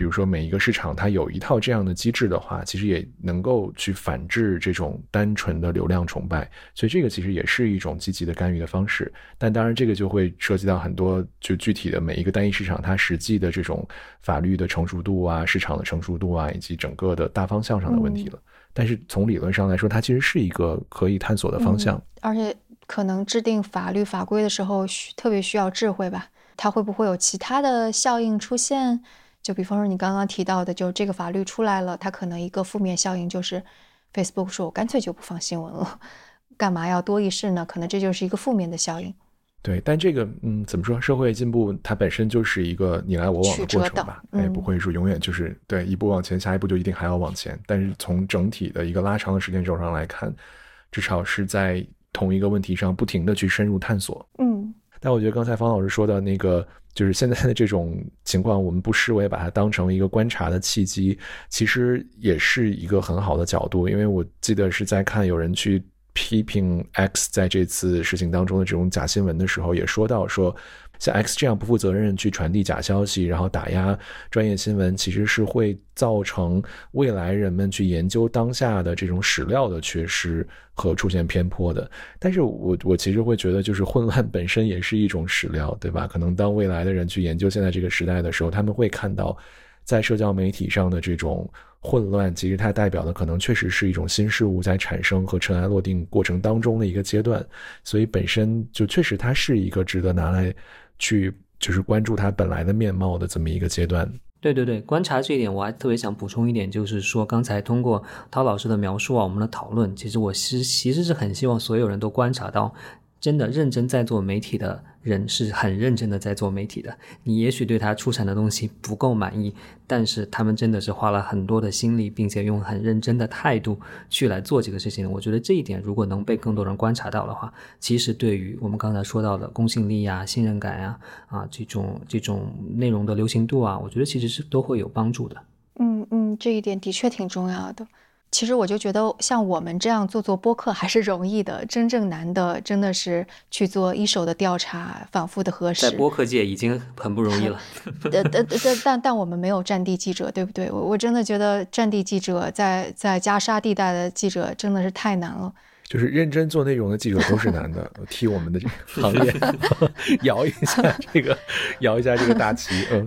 Speaker 5: 比如说每一个市场它有一套这样的机制的话，其实也能够去反制这种单纯的流量崇拜，所以这个其实也是一种积极的干预的方式。但当然这个就会涉及到很多就具体的每一个单一市场它实际的这种法律的成熟度啊，市场的成熟度啊，以及整个的大方向上的问题了、嗯、但是从理论上来说它其实是一个可以探索的方向、嗯、
Speaker 3: 而且可能制定法律法规的时候特别需要智慧吧，它会不会有其他的效应出现，就比方说你刚刚提到的，就这个法律出来了，它可能一个负面效应就是 Facebook 说我干脆就不放新闻了，干嘛要多一事呢？可能这就是一个负面的效应。
Speaker 5: 对，但这个嗯，怎么说？社会进步它本身就是一个你来我往的过程吧，也、嗯、不会说永远就是对一步往前，下一步就一定还要往前。但是从整体的一个拉长的时间轴上来看，至少是在同一个问题上不停的去深入探索。
Speaker 3: 嗯，
Speaker 5: 但我觉得刚才方老师说的那个，就是现在的这种情况，我们不视为把它当成一个观察的契机，其实也是一个很好的角度。因为我记得是在看有人去批评 X 在这次事情当中的这种假新闻的时候，也说到说像 X 这样不负责任去传递假消息，然后打压专业新闻，其实是会造成未来人们去研究当下的这种史料的缺失和出现偏颇的。但是我我其实会觉得，就是混乱本身也是一种史料，对吧？可能当未来的人去研究现在这个时代的时候，他们会看到在社交媒体上的这种混乱，其实它代表的可能确实是一种新事物在产生和尘埃落定过程当中的一个阶段，所以本身就确实它是一个值得拿来去就是关注它本来的面貌的这么一个阶段。
Speaker 4: 对对对，观察这一点我还特别想补充一点，就是说刚才通过陶老师的描述啊，我们的讨论，其实我其实是很希望所有人都观察到，真的认真在做媒体的人是很认真的在做媒体的。你也许对他出产的东西不够满意，但是他们真的是花了很多的心力，并且用很认真的态度去来做这个事情。我觉得这一点如果能被更多人观察到的话，其实对于我们刚才说到的公信力啊、信任感啊、啊这种这种内容的流行度啊，我觉得其实是都会有帮助的。
Speaker 3: 嗯嗯，这一点的确挺重要的。其实我就觉得像我们这样做做播客还是容易的，真正难的真的是去做一手的调查，反复的核实。
Speaker 4: 在播客界已经很不容易了。
Speaker 3: 但但但但我们没有战地记者，对不对？我我真的觉得战地记者在在加沙地带的记者真的是太难了。
Speaker 5: 就是认真做内容的记者都是难的，替我们的这个行业摇一下这个摇一下这个大旗。嗯。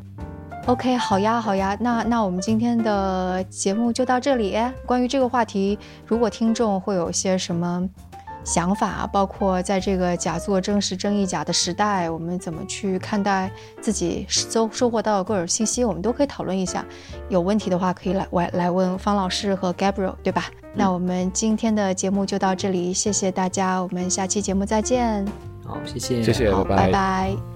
Speaker 3: OK， 好呀好呀，那那我们今天的节目就到这里。关于这个话题，如果听众会有些什么想法，包括在这个假作真实真亦假的时代，我们怎么去看待自己收收获到的各种信息，我们都可以讨论一下。有问题的话可以来来问方老师和 Gabriel， 对吧？嗯、那我们今天的节目就到这里，谢谢大家，我们下期节目再见。
Speaker 4: 好，谢谢，
Speaker 5: 谢谢，
Speaker 3: 好，
Speaker 5: 拜拜。
Speaker 3: 拜拜。